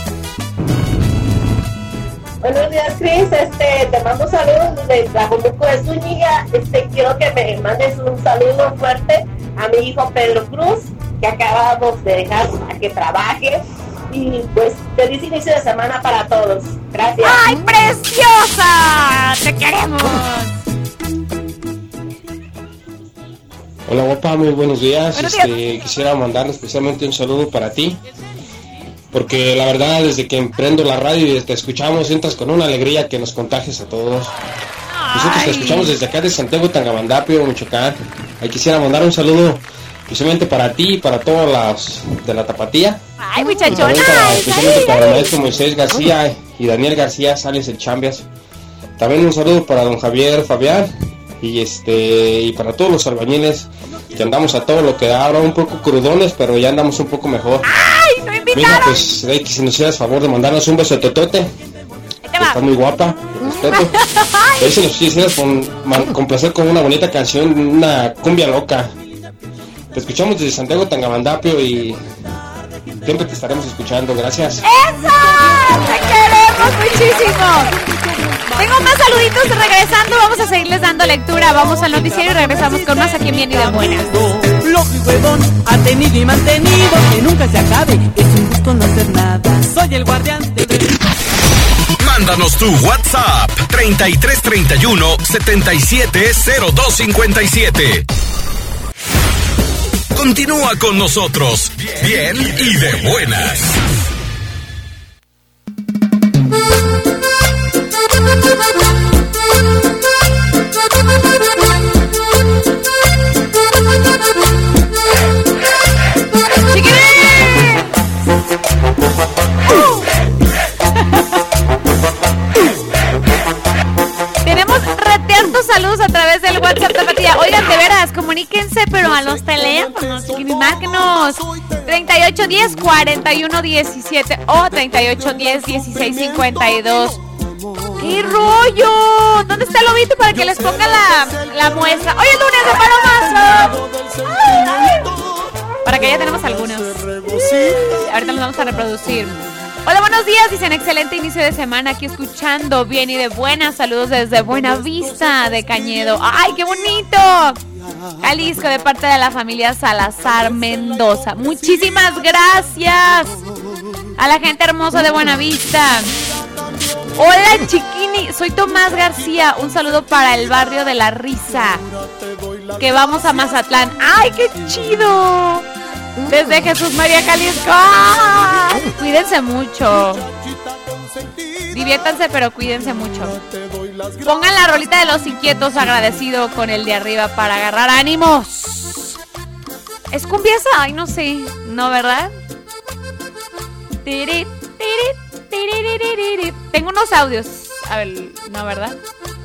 Buenos días, Cris. Este, te mando saludos desde Tlajomulco de Zúñiga. Este, quiero que me mandes un saludo fuerte a mi hijo Pedro Cruz, que acabamos de dejar a que trabaje. Y pues, feliz inicio de semana para todos. Gracias. ¡Ay, preciosa! ¡Te queremos! Hola, guapa, muy buenos días. Buenos este, días. Quisiera mandar especialmente un saludo para ti. Porque la verdad, desde que emprendo la radio y te escuchamos, entras con una alegría que nos contagias a todos. Nosotros te escuchamos desde acá de Santiago Tangamandapio, Michoacán. Ahí quisiera mandar un saludo especialmente para ti y para todos los de la Tapatía. ¡Ay, Y muchachona! también para, especialmente Ay, para el ay. maestro Moisés García y Daniel García Sales el Chambias. También un saludo para don Javier Fabián y este y para todos los albañiles que andamos a todo lo que da, ahora un poco crudones, pero ya andamos un poco mejor. ¡Ay, no invitaron! Mira, pues, hey, que si nos hicieras favor de mandarnos un beso totote. Está muy guapa, respeto. A ver si nos quisieras con, man, complacer con una bonita canción, una cumbia loca. Te escuchamos desde Santiago Tangamandapio y siempre te estaremos escuchando. Gracias. ¡Eso! ¡Te queremos muchísimo! Tengo más saluditos regresando. Vamos a seguirles dando lectura. Vamos al noticiero y regresamos con más aquí en Bien y de Buenas. Flojo y huevón, ha tenido y mantenido, que nunca se acabe, es un gusto no hacer nada. Soy el guardián de... Mándanos tu WhatsApp treinta y tres treinta y uno setenta y siete cero dos cincuenta y siete. Continúa con nosotros, bien y de buenas. Tenemos reteando saludos a través del WhatsApp Tapatía. Oigan, de veras, comuníquense, pero a los teléfonos, chiquinis, márquenos treinta y ocho diez cuarenta y uno diecisiete o treinta y ocho diez dieciséis cincuenta y dos. ¡Qué rollo! ¿Dónde está el lobito para que les ponga la, la muestra? Hoy es lunes de Palomazo. Para que ya tenemos algunos. Ahorita los vamos a reproducir. Hola, buenos días, dicen excelente inicio de semana aquí escuchando bien y de buenas. Saludos desde Buenavista de Cañedo. ¡Ay, qué bonito! Jalisco, de parte de la familia Salazar Mendoza. Muchísimas gracias a la gente hermosa de Buenavista. Hola, chiquini, soy Tomás García. Un saludo para el barrio de La Risa, que vamos a Mazatlán. ¡Ay, qué chido! Desde Jesús María, Jalisco. ¡Ah! Cuídense mucho. Diviértanse, pero cuídense mucho. Pongan la rolita de Los Inquietos, agradecido con el de arriba para agarrar ánimos. ¿Es cumbia esa? Ay, no sé. ¿No, verdad? Tiri, tiri, tiri, tiri, tiri. Tengo unos audios. A ver, ¿no, verdad?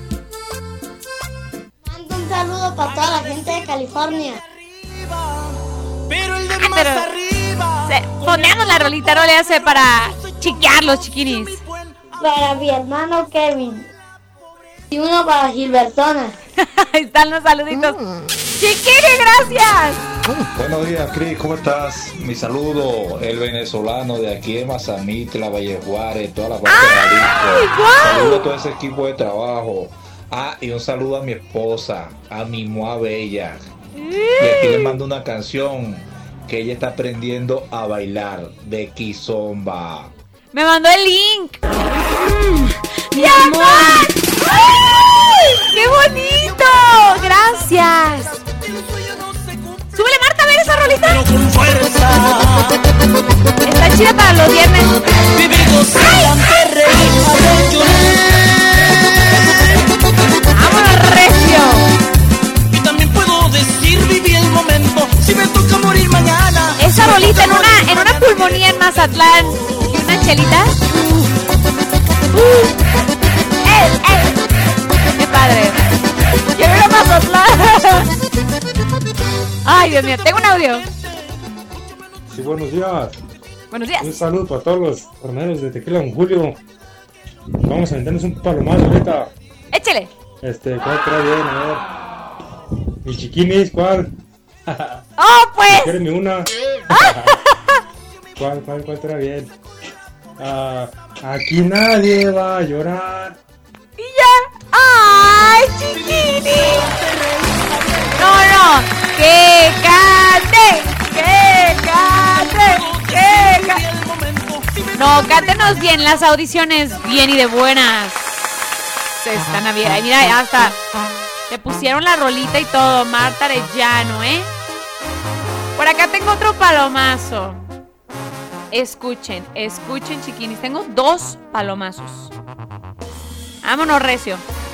Mando un saludo para toda la gente de California. Pero el de más arriba. Ponemos la rolita, no le hace para chiquear los chiquinis. Para mi hermano Kevin. Y uno para Gilbertona. Ahí están los saluditos. Mm. Chiquini, gracias. Buenos días, Cris, ¿cómo estás? Mi saludo, el venezolano de aquí de Mazamitla, Valle Juárez, toda la parte de Jalisco. Wow. Saludo a todo ese equipo de trabajo. Ah, y un saludo a mi esposa, a mi Moa Bella. Y aquí le mando una canción que ella está aprendiendo a bailar de Kizomba. Me mandó el link. Mm, ¡Mi amor! ¡Ay! ¡Qué bonito! Gracias. Súbele, Marta, a ver esa rolita. Pero con fuerza. Está chida para los viernes. ¡Vámonos, recio! Decir viví el momento, si me toca morir mañana. Esa rolita en una, en una pulmonía en Mazatlán y una chelita. Uh. Uh. ¡Eh, eh! ¡Qué padre! ¡Quiero ir a Mazatlán! Ay, Dios mío, tengo un audio. Sí, buenos días. Buenos días. Un saludo para todos los horneros de Tequila Don Julio. Vamos a vendernos un palomazo ahorita. Échele. Este, ¿cuál trae bien? A ver. Mi chiquinis, ¿cuál? ¡Oh, pues! Quérenme una. ¿Cuál, cuál, cuál trae bien? Uh, aquí nadie va a llorar. Y ya. ¡Ay, chiquini! No, no. ¡Que cante! ¡Que cante! ¡Que cante! No, cántenos bien las audiciones, bien y de buenas. Se están bien. Ay, mira, hasta le pusieron la rolita y todo. Marta Arellano, ¿eh? Por acá tengo otro palomazo. Escuchen, escuchen, chiquinis. Tengo dos palomazos. Vámonos, recio.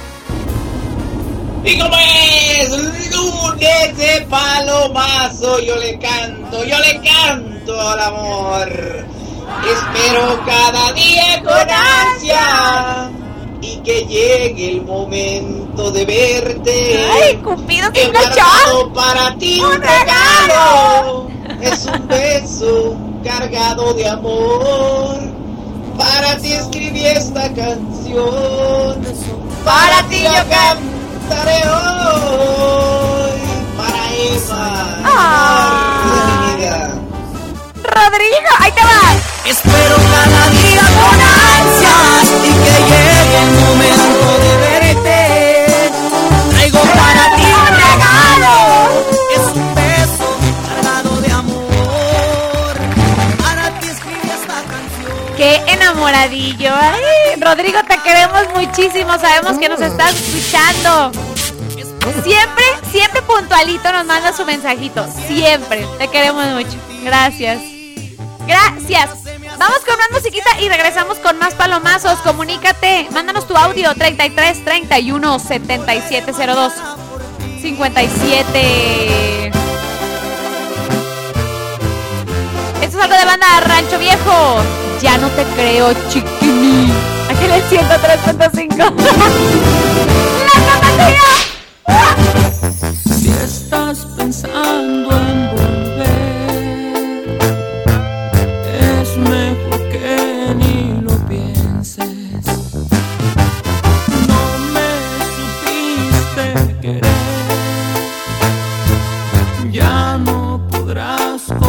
Y como es lunes de palomazo, yo le canto, yo le canto al amor. Espero cada día con ansia y que llegue el momento de verte. ¡Ay, Cupido, he guardado para ti un regalo! Es un beso cargado de amor. Para ti escribí esta canción. Para ti yo cantaré hoy. Para esa ah. de mi vida. Rodrigo, ahí te vas. Espero cada día con ansias y que llegue el momento de verte. Traigo para ti un regalo. Es un beso cargado de amor. Para ti escribí esta canción. Qué enamoradillo. Ay, Rodrigo, te queremos muchísimo. Sabemos que nos estás escuchando. Siempre, siempre puntualito nos manda su mensajito. Siempre. Te queremos mucho. Gracias. Gracias. Vamos con más musiquita y regresamos con más palomazos. Comunícate. Mándanos tu audio treinta y tres, treinta y uno, setenta y siete cero dos, cincuenta y siete. Esto es algo de banda Rancho Viejo. Ya no te creo, chiquini. Aquí en el ciento tres punto cinco. ¡La tapatía! Si estás pensando en volver, es mejor que ni lo pienses. No me supiste querer, ya no podrás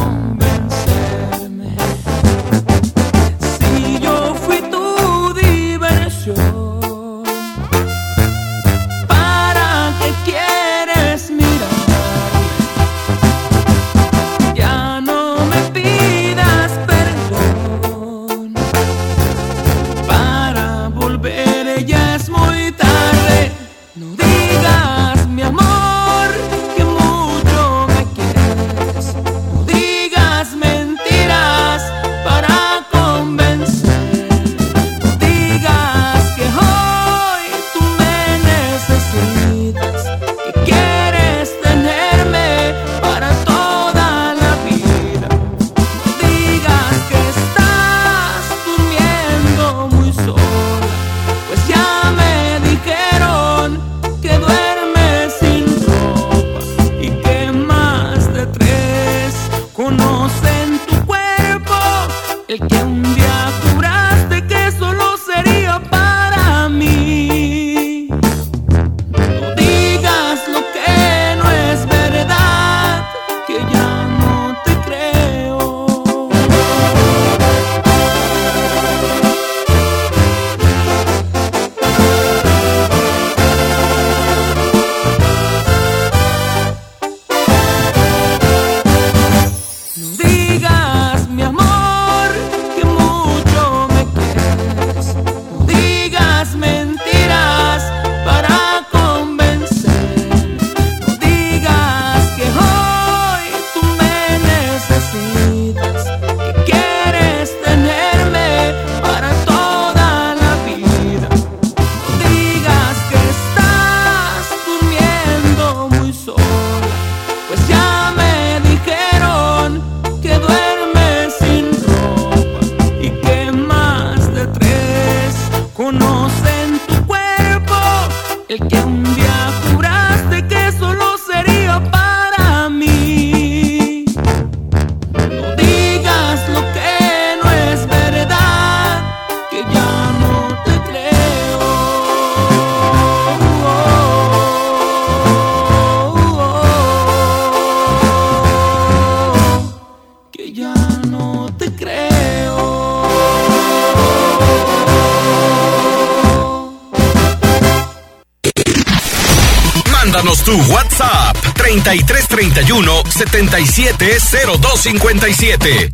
Mándanos tu WhatsApp treinta y tres treinta y uno setenta y siete cero dos cincuenta y siete.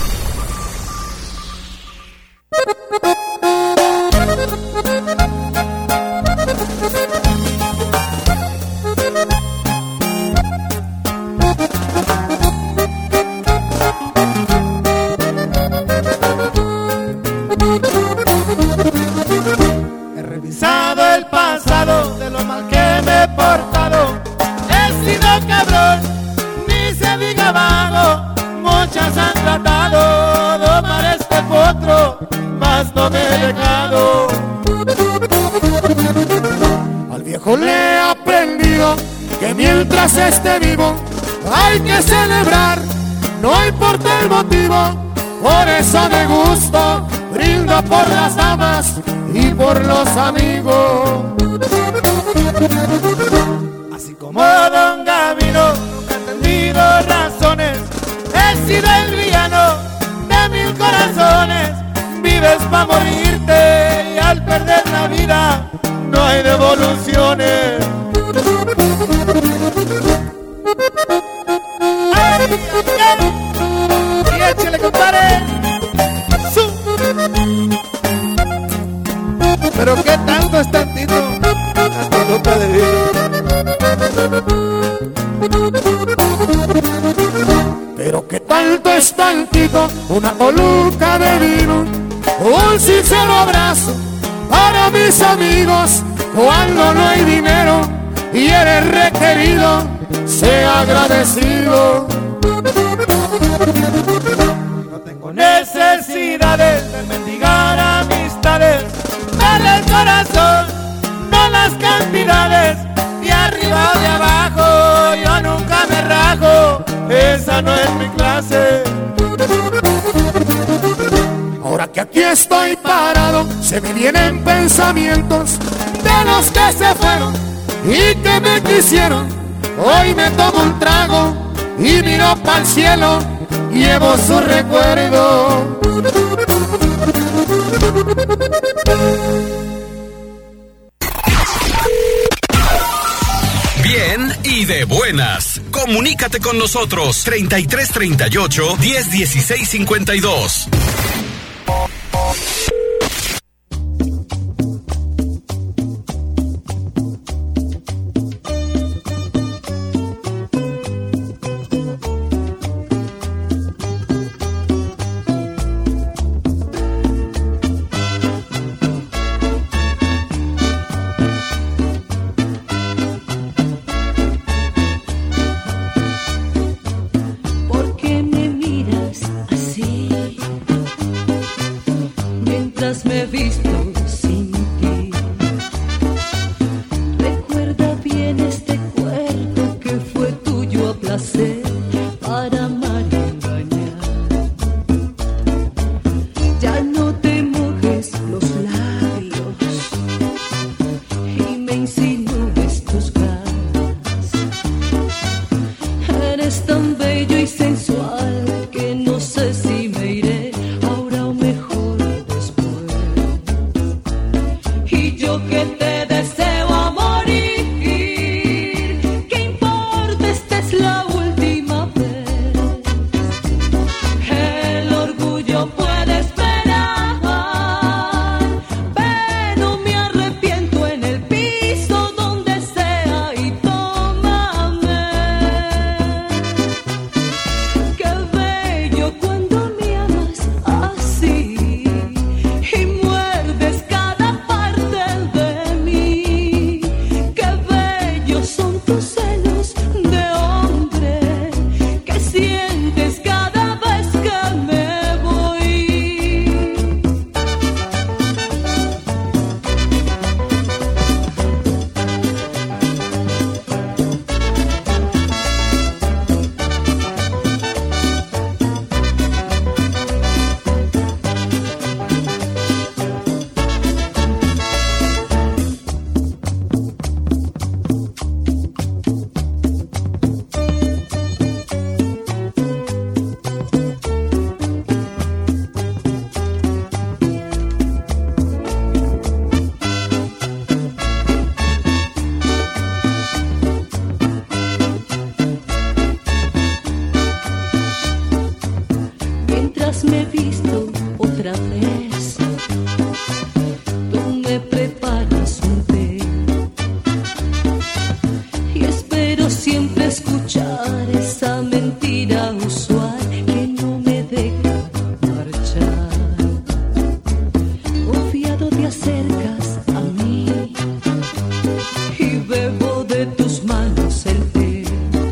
He revisado el pasado de lo mal que me he portado. He sido cabrón, ni se diga vago. Muchas han tratado de domar este potro, mas no me he dejado. Al viejo le he aprendido que mientras esté vivo hay que celebrar, no importa el motivo. Por eso me gusto, brindo por las damas y por los amigos. Así como Don Gavino, nunca he entendido razones. He sido el villano de mil corazones. Vives pa' morirte y al perder la vida no hay devoluciones. ¡Ay, ay, ay! Y échale, compadre. ¡Su! Pero qué tanto es tantito, hasta copa de vino. Pero qué tanto es tantito, una coluca de vino, un sincero abrazo para mis amigos. Cuando no hay dinero y eres requerido, sea agradecido. No tengo necesidades de mendigar amistades, darle el corazón, no las cantidades. De arriba o de abajo, yo nunca me rajo, esa no es mi clase. Ahora que aquí estoy parado, se me vienen pensamientos de los que se fueron y que me quisieron. Hoy me tomo un trago y miro pa'l cielo, llevo su recuerdo. Bien y de buenas. Comunícate con nosotros treinta y tres treinta y ocho diez dieciséis cincuenta y dos. Me he visto sin ti. Recuerda bien este cuerpo que fue tuyo a placer para amar y engañar. Ya no te mojes los labios y me insinúes tus ganas. Eres tan bello y sensual que no sé si me iré ahora o mejor después. te acercas a mí y bebo de tus manos el té.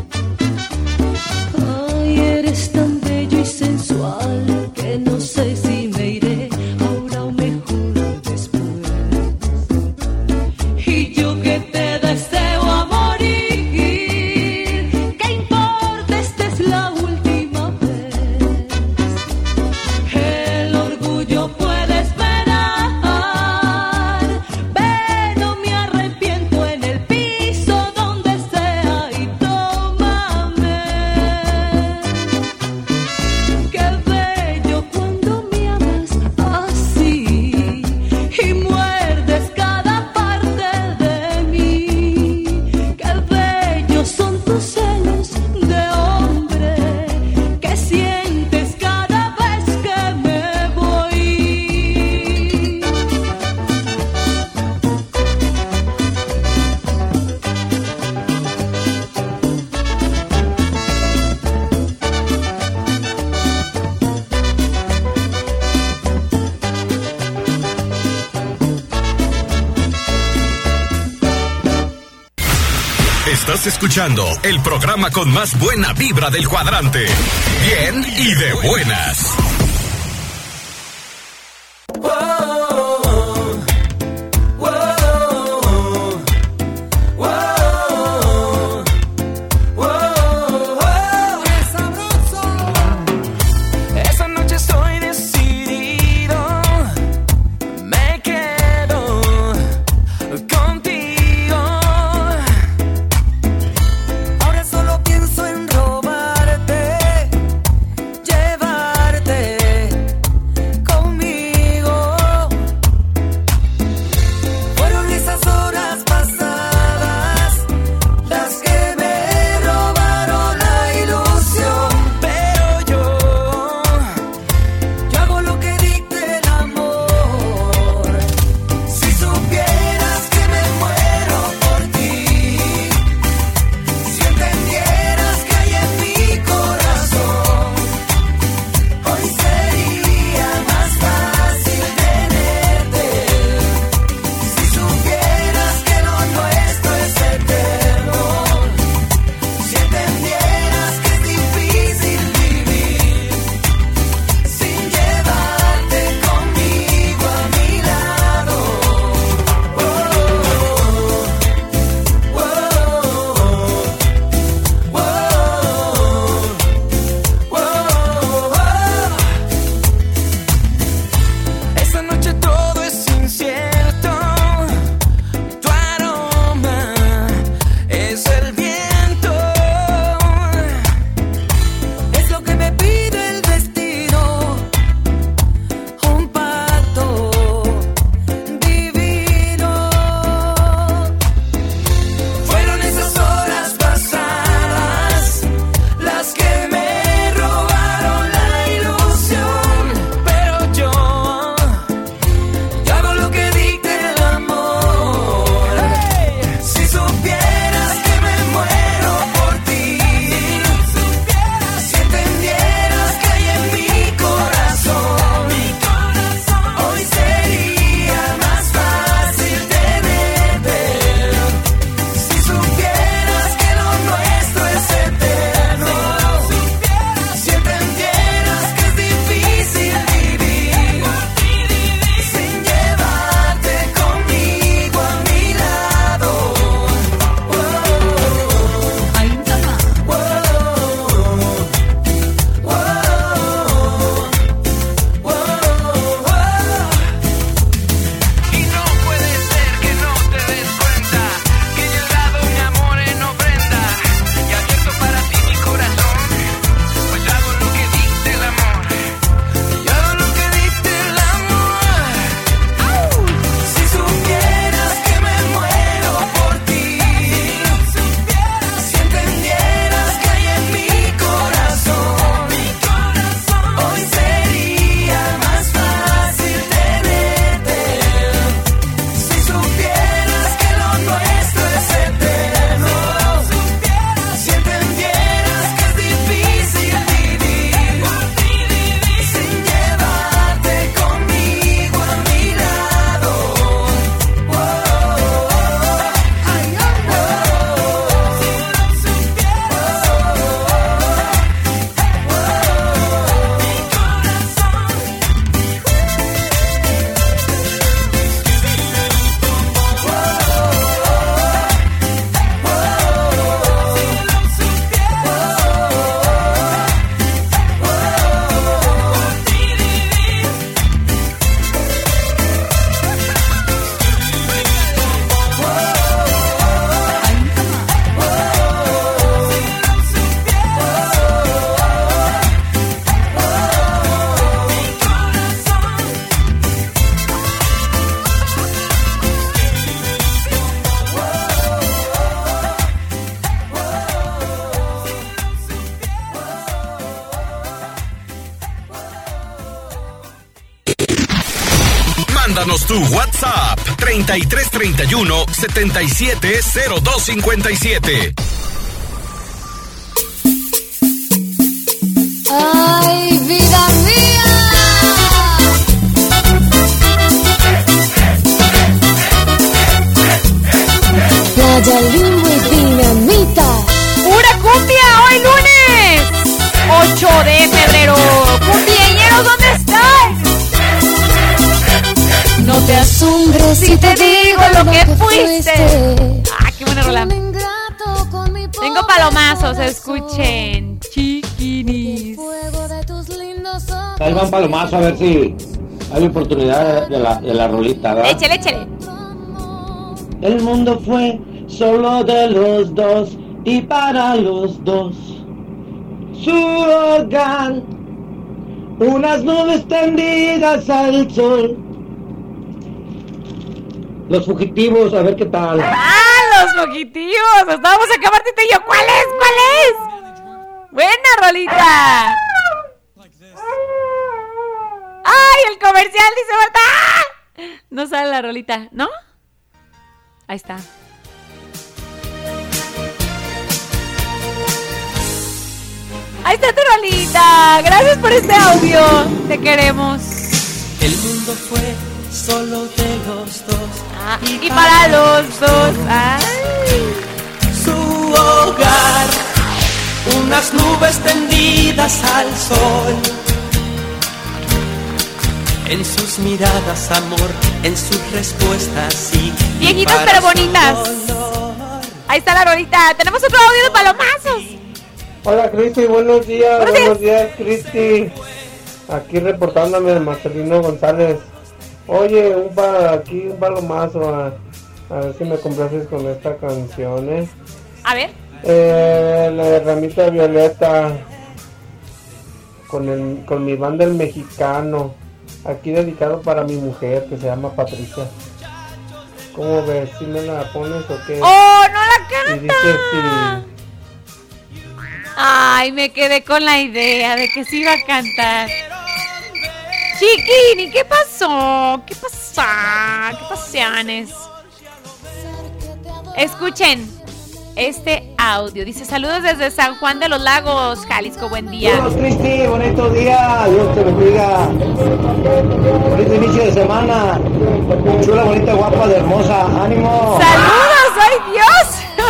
Ay, eres tan bello y sensual que no sé si me iré ahora o mejor después. Y yo que te deseo a morir, ¿qué importa? Esta es la última vez. El orgullo puede esperar. Ven, no me arrepiento en el piso donde sea y tómame. Qué bello cuando me amas así y muerdes cada parte de mí. Qué bellos son tus celos de hombre que sientes cada vez que me voy. Estás escuchando el programa con más buena vibra del cuadrante. Bien y de buenas. Esa noche estoy decidido, me quedo contigo. Ahora solo pienso en robarte, llevarte Mándanos tu WhatsApp treinta y tres treinta y uno setenta y siete cero dos cincuenta y siete. Ay, vida mía. Playa Limbo y Dinamita. ¡Pura cumbia! ¡Hoy lunes! ocho de febrero. ¡Cumpleañeros, ¿dónde están? No te asombres si te digo lo que fuiste. ¡Ah, qué buena rola! Tengo palomazos, escuchen. Chiquinis. Ahí va un palomazo a ver si hay oportunidad de la, de la rolita, ¿verdad? Échale, échale. El mundo fue solo de los dos y para los dos. Su hogar, unas nubes tendidas al sol. Los fugitivos, a ver qué tal. ¡Ah, los fugitivos! Nos vamos a acabar, Tito y yo. ¿Cuál es? ¿Cuál es? ¡Buena rolita! ¡Ay, el comercial! Dice Marta. No sale la rolita, ¿no? Ahí está. Ahí está tu rolita. Gracias por este audio. Te queremos. El mundo fue solo de los dos. Ah, y, y para los dos. Ay. Su hogar, unas nubes tendidas al sol. En sus miradas amor, en sus respuestas sí. Viejitas pero bonitas. Ahí está la rolita. Tenemos otro audio de palomazos. Hola Cristi, buenos días. Buenos Buenos días, Cristi. Aquí reportándome de Marcelino González. Oye, un pa aquí un palomazo. A, a ver si me complaces con esta canción, ¿eh? A ver. Eh, la de Ramita Violeta. Con, el, con mi banda El Mexicano. Aquí dedicado para mi mujer que se llama Patricia. ¿Cómo ves? ¿Si me la pones o qué? ¡Oh, no la canta! Y dice sí. Ay, me quedé con la idea de que sí iba a cantar. Chiquini, ¿qué pasó? ¿Qué pasa? ¿Qué pasiones? Escuchen este audio. Dice, saludos desde San Juan de los Lagos, Jalisco, buen día. Saludos, Cristi, bonito día. Dios te bendiga. Bonito inicio de semana. Chula, bonita, guapa, de hermosa. ¡Ánimo! ¡Saludos! ¡Ay, Dios!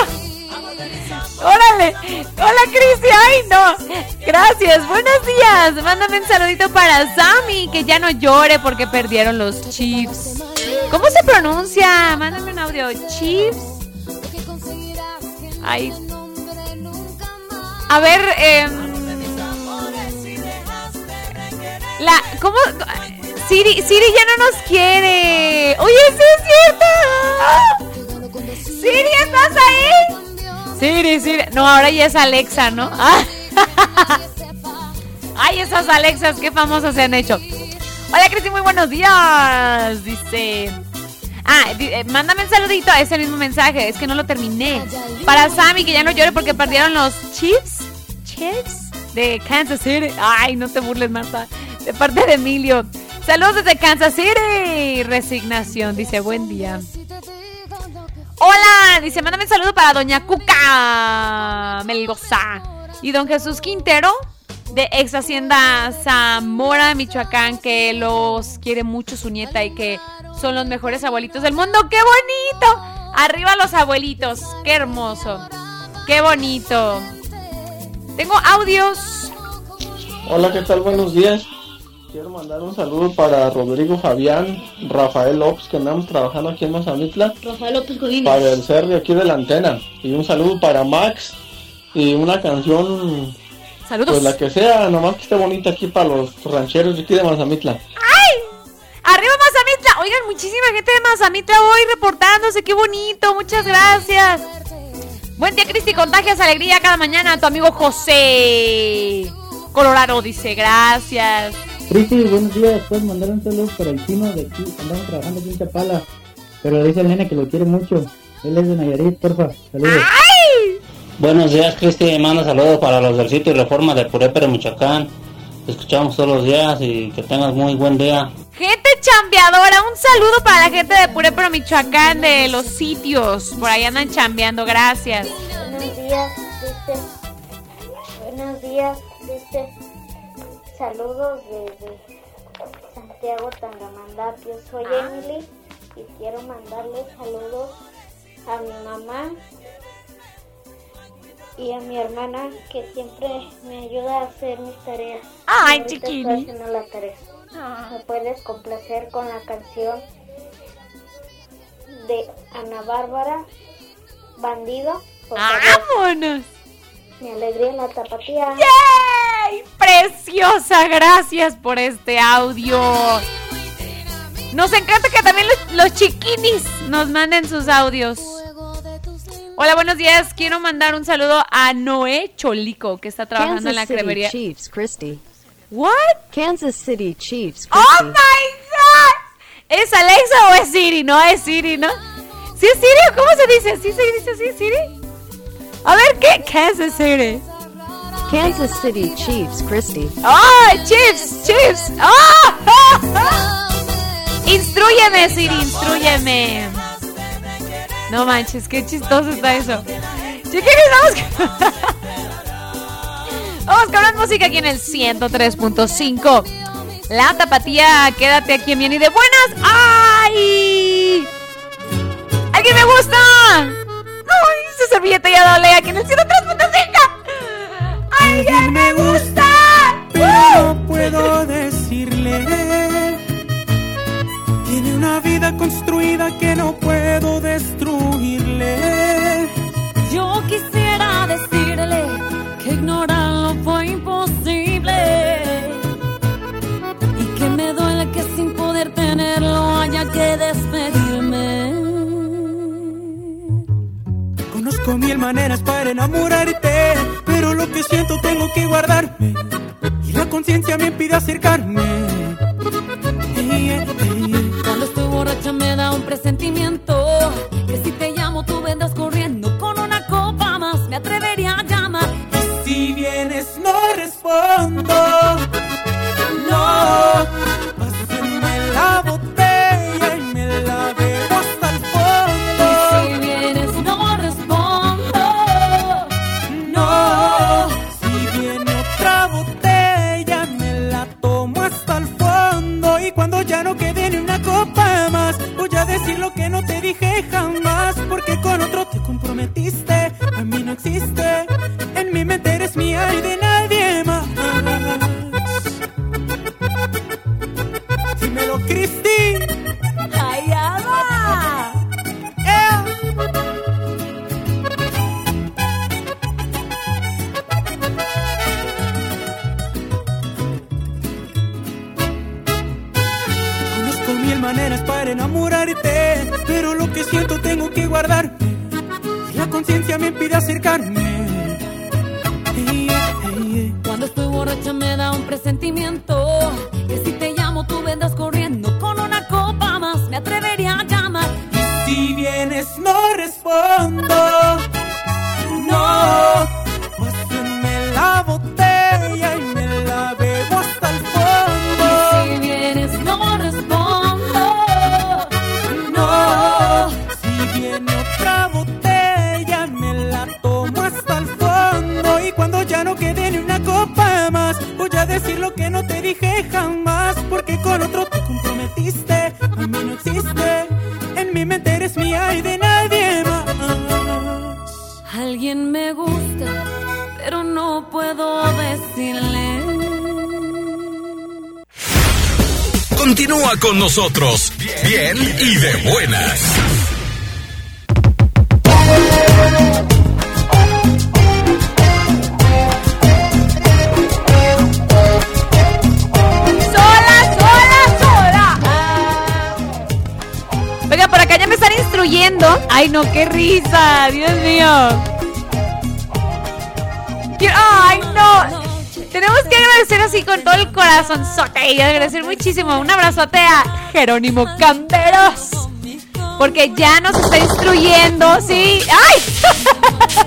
¡Órale! ¡Hola, Cristi! ¡Ay, no! Gracias, buenos días. Mándame un saludito para Sammy, que ya no llore porque perdieron los Chiefs. ¿Cómo se pronuncia? Mándame un audio. Chiefs. Ay. A ver, eh, la, ¿cómo? Siri, Siri ya no nos quiere. Oye, sí es cierto. Siri, ¿estás ahí? Siri, Siri. No, ahora ya es Alexa, ¿no? Ay, esas Alexas, qué famosas se han hecho. Hola, Cristi, muy buenos días. Dice... Ah, eh, mándame un saludito a ese mismo mensaje. Es que no lo terminé. Para Sammy, que ya no llore porque perdieron los Chiefs. Chiefs de Kansas City. Ay, no te burles, Marta. De parte de Emilio. Saludos desde Kansas City. Resignación, dice, buen día. Hola, dice, mándame un saludo para doña Cuca Melgoza y don Jesús Quintero de ex hacienda Zamora, Michoacán, que los quiere mucho su nieta y que son los mejores abuelitos del mundo. ¡Qué bonito! Arriba los abuelitos, qué hermoso, qué bonito. Tengo audios. Hola, ¿qué tal? Buenos días. Quiero mandar un saludo para Rodrigo Fabián, Rafael López, que andamos trabajando aquí en Mazamitla. Rafael López Godínez. Para el C E R de aquí de la antena. Y un saludo para Max. Y una canción... Saludos. Pues la que sea, nomás que esté bonita aquí para los rancheros de aquí de Mazamitla. ¡Ay! ¡Arriba Mazamitla! Oigan, muchísima gente de Mazamitla hoy reportándose. ¡Qué bonito! Muchas gracias. Buen día, Cristi. Contagias alegría cada mañana. Tu amigo José Colorado dice, gracias. Cristi, buenos días. Puedes mandar un saludo para el chino de aquí. Andamos trabajando aquí en Chapala. Pero le dice al nene que lo quiere mucho. Él es de Nayarit, porfa. Saludos. ¡Ay! Buenos días, Cristi. Manda saludos para los del sitio Reforma de Purépero, Michoacán. Te escuchamos todos los días y que tengas muy buen día. Gente chambeadora. Un saludo para la gente de Purépero, Michoacán, de los sitios. Por ahí andan chambeando, gracias. Buenos días, dice. Buenos días, dice. Saludos desde Santiago Tangamandapio. Soy Ah. Emily y quiero mandarle saludos a mi mamá y a mi hermana que siempre me ayuda a hacer mis tareas. Ay, Ahorita chiquini. estoy haciendo la tarea. ¿Me puedes complacer con la canción de Ana Bárbara, Bandido? Por favor. ¡Vámonos! Mi alegría la tapatía. ¡Yay! Preciosa, gracias por este audio. Nos encanta que también los, los chiquinis nos manden sus audios. Hola, buenos días. Quiero mandar un saludo a Noé Cholico, que está trabajando Kansas en la City cremería. Chiefs, Christy. What? Kansas City Chiefs, ¡Oh, Christy. my God! ¿Es Alexa o es Siri? No, es Siri, ¿no? ¿Sí es Siri o cómo se dice? ¿Sí se dice así, Siri? A ver, ¿qué? Kansas City. Kansas City Chiefs, Christy. ¡Oh, Chiefs! ¡Chiefs! ¡Oh! Instrúyeme, Siri, instrúyeme. No manches, qué chistoso está eso. Chiquillos, vamos con... vamos con más música aquí en el ciento tres punto cinco. La Tapatía, quédate aquí en Bien y de Buenas. ¡Ay! ¿Alguien me gusta? ¡Ay, su servilleta ya doble aquí en el ciento tres punto cinco! ¡Alguien me gusta! Pero no puedo decirle. Tiene una vida construida que no puedo destruirle. Yo quisiera decirle que ignorarlo fue imposible y que me duele que sin poder tenerlo haya que despedirme. Conozco mil maneras para enamorarte, pero lo que siento tengo que guardarme y la conciencia me impide acercarme. Ey, ey, ey. Cuando estoy borracha me da un presentimiento que si te llamo tú vendrás corriendo. Con una copa más me atrevería a llamar. Y si vienes no respondo. No, pásenme la botella y me la bebo hasta el fondo. Y si vienes no respondo. No, si viene otra botella me la tomo hasta el fondo. Y cuando ya no quede ni una copa más, voy a decir lo que no te dije jamás. Porque con otro te comprometiste, a mí no existe. En mi mente eres mía y de nadie más. Dímelo, Cristi. Allá va. Conozco mil maneras para enamorarte, pero lo que siento tengo que guardarme y la conciencia me impide acercarme. Ey, ey, ey. Cuando estoy borracha me da un presentimiento que si te llamo tú vendrás corriendo. Con una copa más me atrevería a llamar. Y si vienes no respondo. No, pásenme la botella y me la bebo hasta el fondo. Y si vienes no respondo. No, si viene otra botella me la tomo hasta el fondo. Y cuando ya no quede ni una copa más, voy a decir lo que no te dije jamás. Porque con otro te comprometiste, a mí no existe. En mi mente eres mía y de nadie más. Alguien me gusta, pero no puedo decirle. Continúa con nosotros, bien y de buenas. ¡Sola, sola, sola! Oiga, por acá ya me están instruyendo. ¡Ay, no, qué risa! ¡Dios mío! Quiero- ¡Ay, no! Tenemos que agradecer así con todo el corazonzote y agradecer muchísimo. Un abrazote a Jerónimo Camberos, porque ya nos está instruyendo, ¿sí? ¡Ay!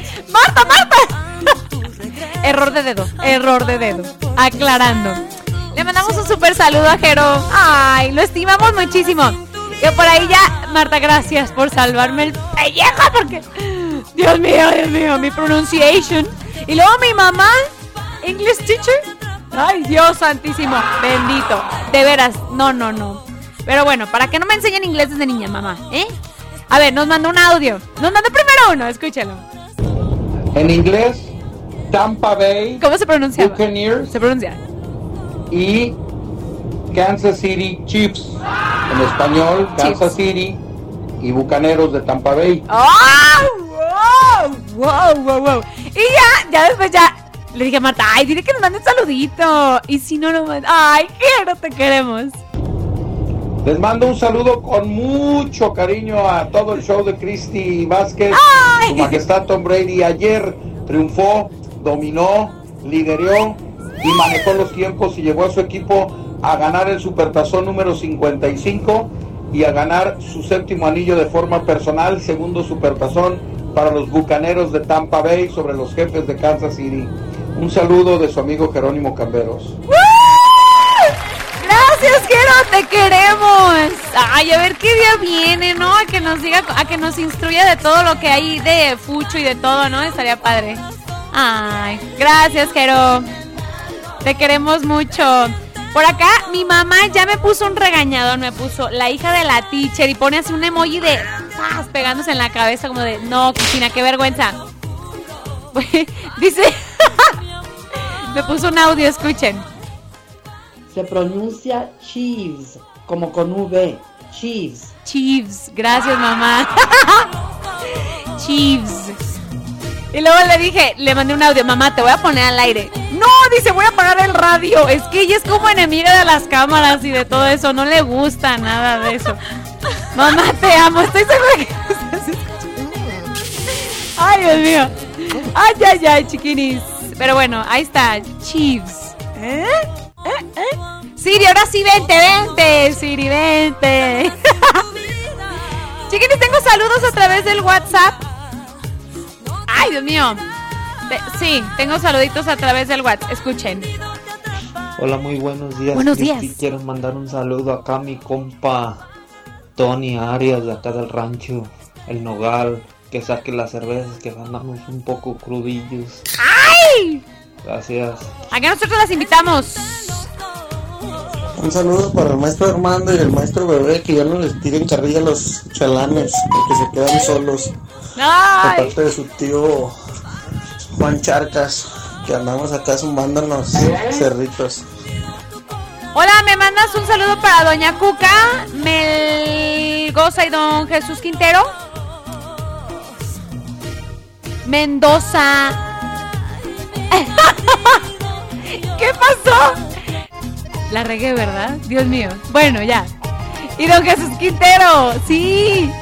¡Marta, Marta! Error de dedo, error de dedo. Aclarando. Le mandamos un súper saludo a Jero. Ay, lo estimamos muchísimo. Y por ahí ya, Marta, gracias por salvarme el pellejo porque... Dios mío, Dios mío, mi pronunciation. Y luego mi mamá, English teacher. Ay, Dios santísimo, bendito. De veras, no, no, no. Pero bueno, para que no me enseñen inglés desde niña, mamá, ¿eh? A ver, nos mandó un audio. Nos mandó primero uno, escúchalo. En inglés, Tampa Bay. ¿Cómo se pronuncia? Buccaneers. Se pronuncia. Y Kansas City Chiefs. En español, Kansas City y Bucaneros de Tampa Bay. ¡Oh! ¡Wow! ¡Wow! ¡Wow! ¡Wow! Y ya, ya después ya le dije a Marta, ay, dile que nos mande un saludito. Y si no lo manda, ay, quiero, te queremos. Les mando un saludo con mucho cariño a todo el show de Cristi Vázquez. ¡Ay! Su majestad Tom Brady ayer triunfó, dominó, lideró y manejó los tiempos y llevó a su equipo a ganar el Supertazón número cincuenta y cinco y a ganar su séptimo anillo de forma personal, segundo Supertazón para los Bucaneros de Tampa Bay sobre los Jefes de Kansas City. Un saludo de su amigo Jerónimo Camberos. ¡Woo! Gracias, Jero, te queremos. Ay, a ver qué día viene, ¿no? A que nos diga, a que nos instruya de todo lo que hay de fucho y de todo, ¿no? Estaría padre. Ay, gracias, Jero. Te queremos mucho. Por acá, mi mamá ya me puso un regañador, me puso la hija de la teacher y pone así un emoji de ¡paz! Pegándose en la cabeza como de, no, Cristina, qué vergüenza. Dice, me puso un audio, escuchen. Se pronuncia Chiefs, como con V, Chiefs. Chiefs, gracias mamá. Chiefs. Y luego le dije, le mandé un audio, mamá, te voy a poner al aire. No, dice, voy a apagar el radio. Es que ella es como enemiga de las cámaras y de todo eso. No le gusta nada de eso. Mamá, te amo. Estoy segura que estás escuchando. Ay, Dios mío. Ay, ay, ay, chiquinis. Pero bueno, ahí está. Chiefs. ¿Eh? ¿Eh? ¿Eh? Siri, ahora sí, vente, vente. Siri, vente. Chiquinis, tengo saludos a través del WhatsApp. Ay, Dios mío. Sí, tengo saluditos a través del WhatsApp. Escuchen. Hola, muy buenos días. Buenos Cristi, días. Quiero mandar un saludo acá a mi compa Tony Arias de acá del rancho El Nogal. Que saque las cervezas, que andamos un poco crudillos. ¡Ay! Gracias. Acá nosotros las invitamos. Un saludo para el maestro Armando y el maestro Bebé, que ya no les tiren carrilla a los chalanes, porque se quedan solos. ¡Ay! Por parte de su tío Juan Charcas, que andamos acá zumbándonos cerritos. Hola, me mandas un saludo para Doña Cuca, Melgoza y Don Jesús Quintero Mendoza. ¿Qué pasó? La regué, ¿verdad? Dios mío. Bueno, ya. Y Don Jesús Quintero, sí.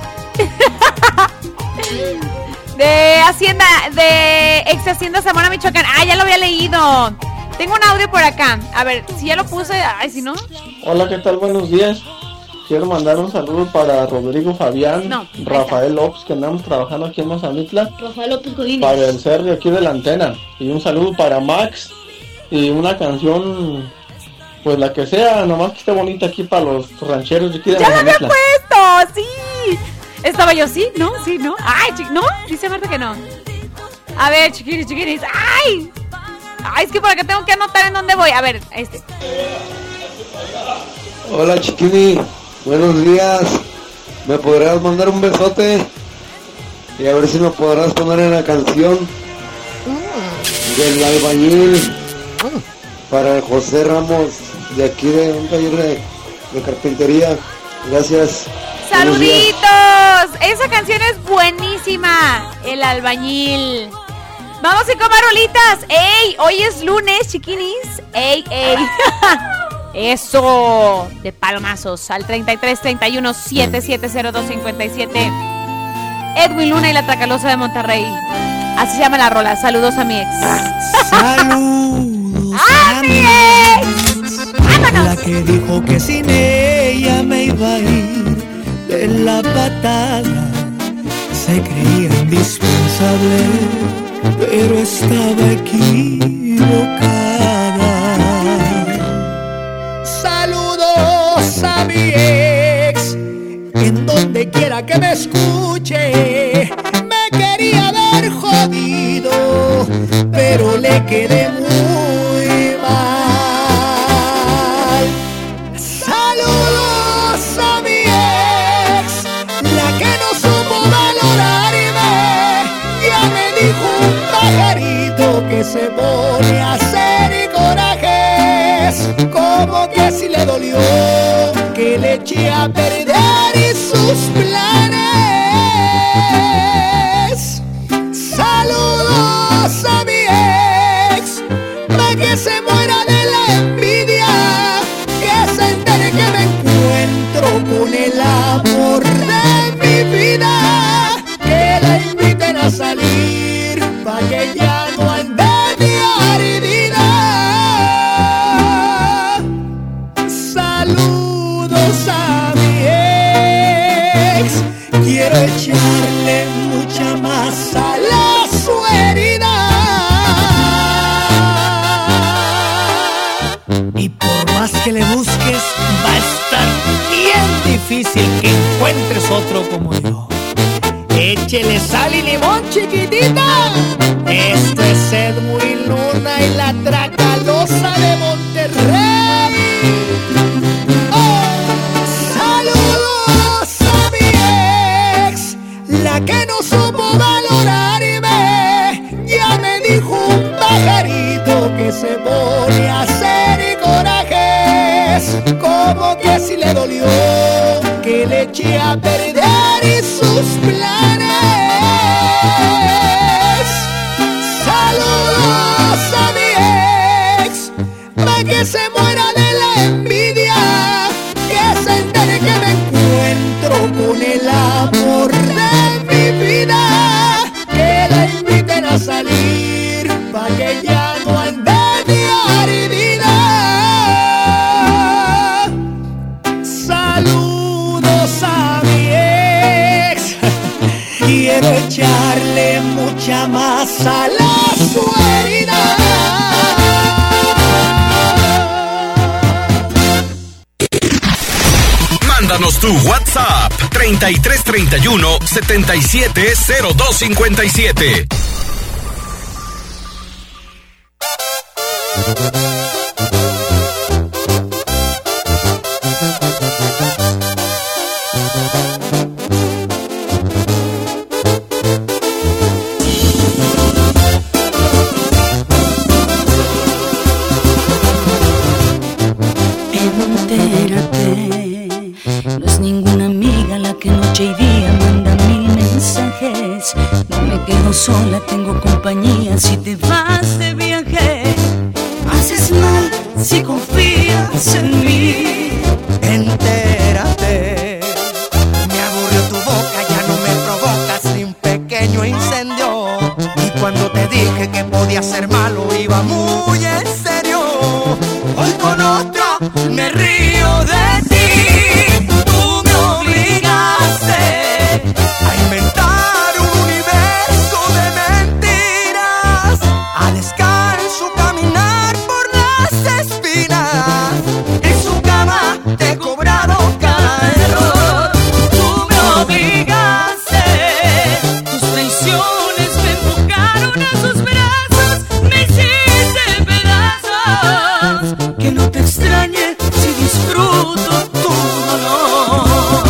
De Hacienda, de Ex Hacienda Zamora, Michoacán. Ah, ya lo había leído. Tengo un audio por acá. A ver, si ya lo puse, ay, si no. Hola, ¿qué tal? Buenos días. Quiero mandar un saludo para Rodrigo Fabián, no, Rafael López, que andamos trabajando aquí en Mazamitla. Rafael López Godínez. Para el Sergio aquí de la antena. Y un saludo para Max. Y una canción, pues la que sea, nomás que esté bonita aquí para los rancheros de aquí de ¡Ya lo Mazamitla. había puesto! ¡Sí! Estaba yo, ¿sí? ¿No? ¿Sí? ¿No? ¡Ay, chi- no! Dice Marta que no. A ver, chiquiris, chiquiris. ¡Ay! Ay, es que por acá tengo que anotar en dónde voy. A ver, este. Hola, chiquini. Buenos días. ¿Me podrás mandar un besote? Y a ver si me podrás poner en la canción del albañil para José Ramos, de aquí de un taller de, de carpintería. Gracias. ¡Saluditos! Esa canción es buenísima. El albañil. Vamos a comer rolitas. ¡Ey! Hoy es lunes, chiquinis. ¡Ey, ey! Eso. De palomazos. Al treinta y tres, treinta y uno, setenta y siete cero dos cincuenta y siete. Edwin Luna y la Tracalosa de Monterrey. Así se llama la rola. Saludos a mi ex. Saludos ¡A mi ex! ¡Vámonos! La que dijo que sin ella me iba a ir de la patada. Se creía indispensable, pero estaba equivocada. para que me escuche. Me quería ver jodido, pero le quedé muy mal. Saludos a mi ex, la que no supo valorarme. Ya me dijo un pajarito que se pone a hacer corajes, como que si le dolió que le eché a perder y sus planes. Saludos a mi ex, para que se muera de la envidia, que se entere que me encuentro con el amor de mi vida, que la inviten a salir pa' que ya no ande de ardida. Saludos a mi ex, quiero echarle mucha más sal a su herida. Y por más que le busques, va a estar bien difícil que encuentres otro como yo. Échele sal y limón, chiquitita. Esto es Edwin Luna y la Tracalosa de Monterrey. Oh, saludos a mi ex, la que no supo valorarme. Ya me dijo un pajarito que se pone a hacer corajes, como que si le dolió que le eché a perder y sus planes. Saludos a mi ex, pa' que se muera de la envidia, que se entere que me encuentro con el amor de mi vida, que la inviten a salir pa' que ya no ande de ardida. Saludos a mi ex, quiero echarle mucha más sal a su herida. Mándanos tu WhatsApp treinta y tres treinta y uno setenta y siete cero dos cincuenta y siete. No es ninguna amiga la que noche y día manda mil mensajes. No me quedo sola, tengo compañía si te vas de viaje. Haces mal si confías en mí. Entérate, me aburrió tu boca, ya no me provocas ni un pequeño incendio. Y cuando te dije que podía ser malo, iba muy en serio. Hoy con otro me río de ti. Tú me obligaste a inventar un universo de mentiras, a descalzo caminar por las espinas. En su cama te he cobrado cada error. Tú me obligaste, Tus traiciones me empujaron a sus brazos, me hiciste pedazos. Que no te extrañe si disfruto tu dolor.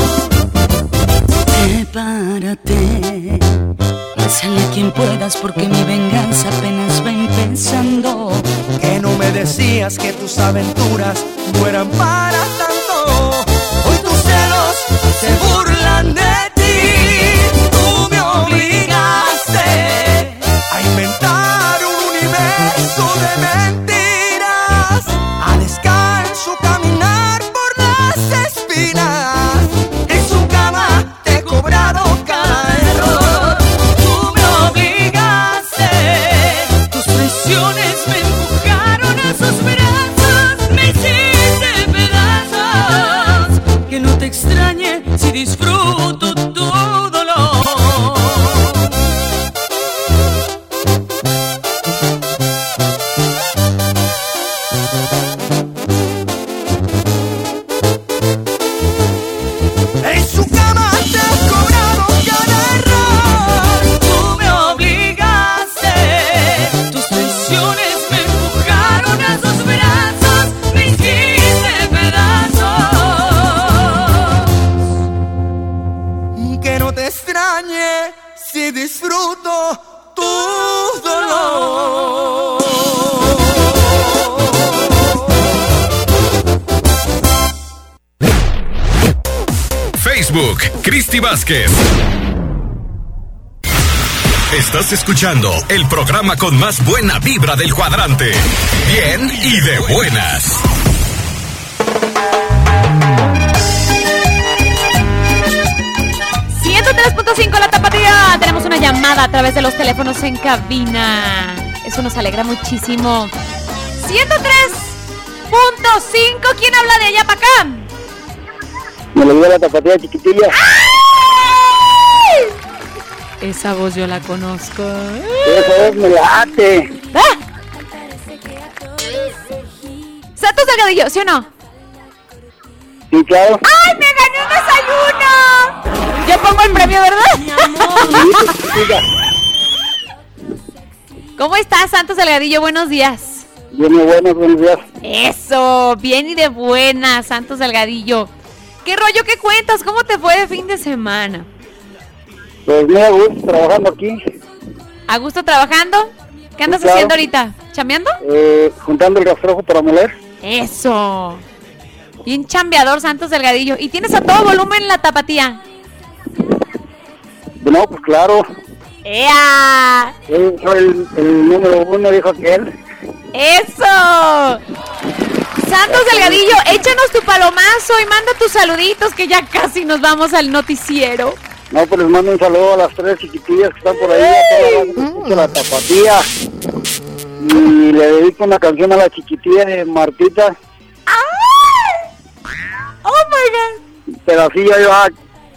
Prepárate, lánzale a quien puedas porque mi venganza apenas va empezando. que no me decías que tus aventuras no eran para tanto. Hoy tus celos se burlan de ti. Tú me obligaste a inventar un universo de mentiras, a descalzo caminar por las espinas. En su cama te he cobrado cada error. Tú me obligaste, Tus traiciones me empujaron a sus brazos, me hiciste pedazos. Que no te extrañe si disfruto tu dolor. en su cama te engañé si disfruto tu dolor. Facebook, Cristi Vázquez. Estás escuchando el programa con más buena vibra del cuadrante. Bien y de buenas. ciento tres punto cinco La Tapatía. Tenemos una llamada a través de los teléfonos en cabina. Eso nos alegra muchísimo. ciento tres punto cinco. ¿Quién habla de allá para acá? Me lo dio La Tapatía, chiquitilla. ¡Ay! Esa voz yo la conozco. Esa voz me late. ¡Ah! Santos Delgadillo, ¿sí o no? Sí, claro. ¡Ay, me gané un desayuno! Yo pongo el premio, ¿verdad? ¿Cómo estás, Santos Delgadillo? Buenos días. Bien y buenos, buenos días. Eso, bien y de buenas, Santos Delgadillo. ¿Qué rollo, qué cuentas? ¿Cómo te fue de fin de semana? Pues muy a gusto, trabajando aquí. ¿A gusto trabajando? ¿Qué andas Sí, claro. haciendo ahorita? ¿Chambeando? Eh, juntando el rastrojo para moler. Eso. Bien chambeador, Santos Delgadillo. ¿Y tienes a todo volumen La Tapatía? No, pues claro. ¡Ea! Eh, soy el, el número uno, dijo aquel. ¡Eso! Santos Delgadillo, échanos tu palomazo y manda tus saluditos que ya casi nos vamos al noticiero. No, pues les mando un saludo a las tres chiquitillas que están por ahí, a toda la banda que escucha La Tapatía. Y le dedico una canción a la chiquitilla de Martita. ¡Oh, my God! Pedacillo ahí va.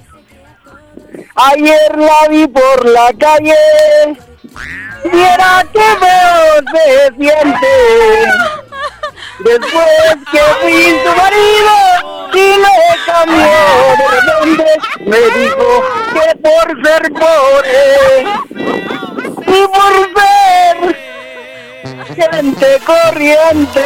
Ayer la vi por la calle, viera que feo se siente. Después que fui su marido y me cambió de repente, me dijo que por ser pobre y por ser gente corriente.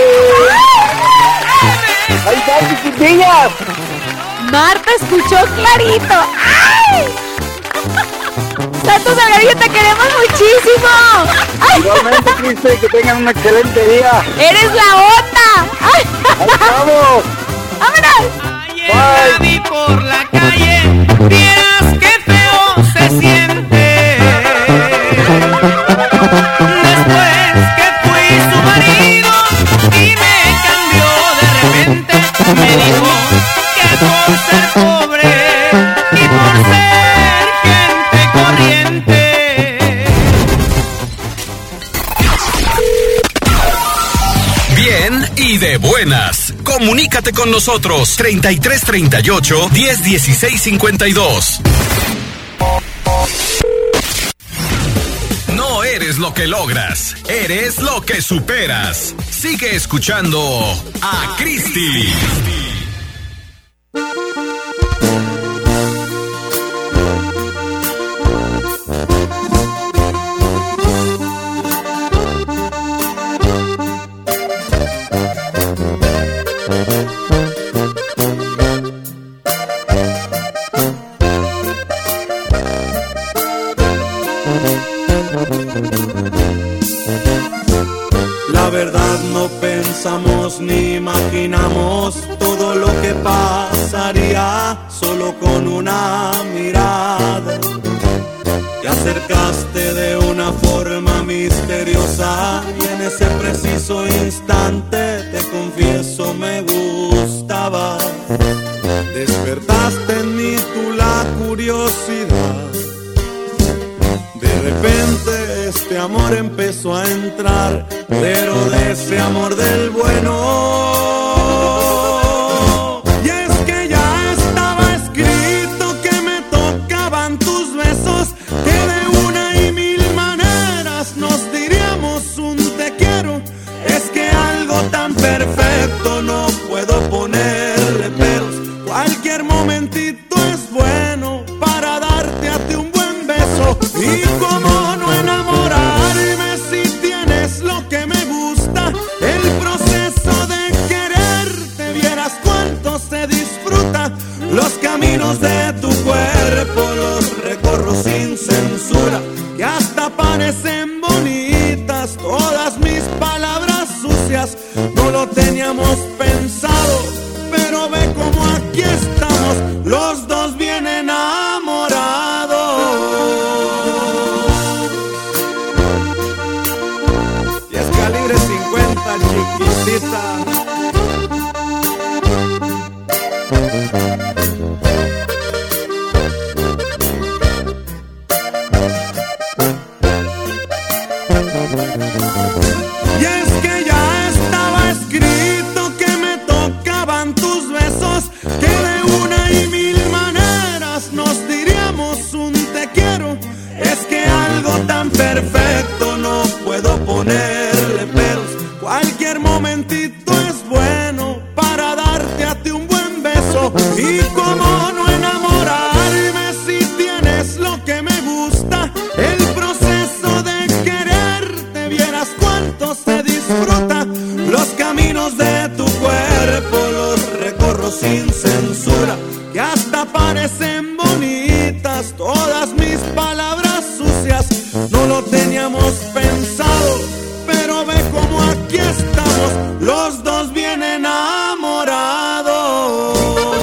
Ahí está, chiquitillas. Marta escuchó clarito. ¡Ay! Santos Delgadillo, te queremos muchísimo. ¡Ay! Igualmente, Cristi, que tengan un excelente día. ¡Eres la onda! ¡Ay! ¡Ahí estamos! ¡Vámonos! Ayer la vi por la calle, vieras qué feo se siente. Después que fui su marido y me cambió de repente, me dijo que por ser pobre y por ser gente corriente. Bien y de buenas. Comunícate con nosotros treinta y tres treinta y ocho, diez dieciséis cincuenta y dos. No eres lo que logras, eres lo que superas. Sigue escuchando a Cristi. La verdad no pensamos ni imaginamos todo lo que pasaría solo con una mirada. Te acercaste de una forma misteriosa y en ese preciso instante te confieso me gustaba. Despertaste en mí tú la curiosidad. De repente este amor empezó a entrar, pero de ese amor del bueno. Y es que ya estaba escrito que me tocaban tus besos, que de una y mil maneras nos diríamos un te quiero. Es que algo tan perfecto no puedo ponerle peros. Cualquier momentito es bueno para darte a ti un buen beso. Y cómo no enamorarme si tienes lo que me gusta. El proceso de quererte, vieras cuánto se disfruta. Los caminos de tu cuerpo los recorro recorro sin censura, que hasta parecen bonitas todas mis palabras sucias. No lo teníamos pensado, pero ve como aquí estamos, los dos bien enamorados. Y es calibre cincuenta, chiquitita. Y es que ya estaba escrito que me tocaban tus besos, que de una y mil maneras nos diríamos un te quiero. Es que algo tan perfecto no puedo ponerle peros. Cualquier momentito es bueno para darte a ti un buen beso. Y cómo no enamorarme si tienes lo que me gusta. El proceso de quererte, vieras cuánto se disfruta. Los caminos de tu cuerpo los recorro sin censura, que hasta parecen bonitas todas mis palabras sucias. No lo teníamos pensado, pero ve como aquí estamos, los dos bien enamorados.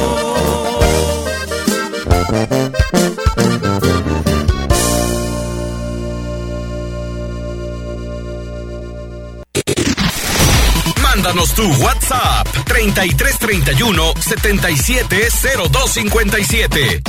Mándanos tu WhatsApp treinta y tres treinta y uno setenta y siete cero dos cincuenta y siete.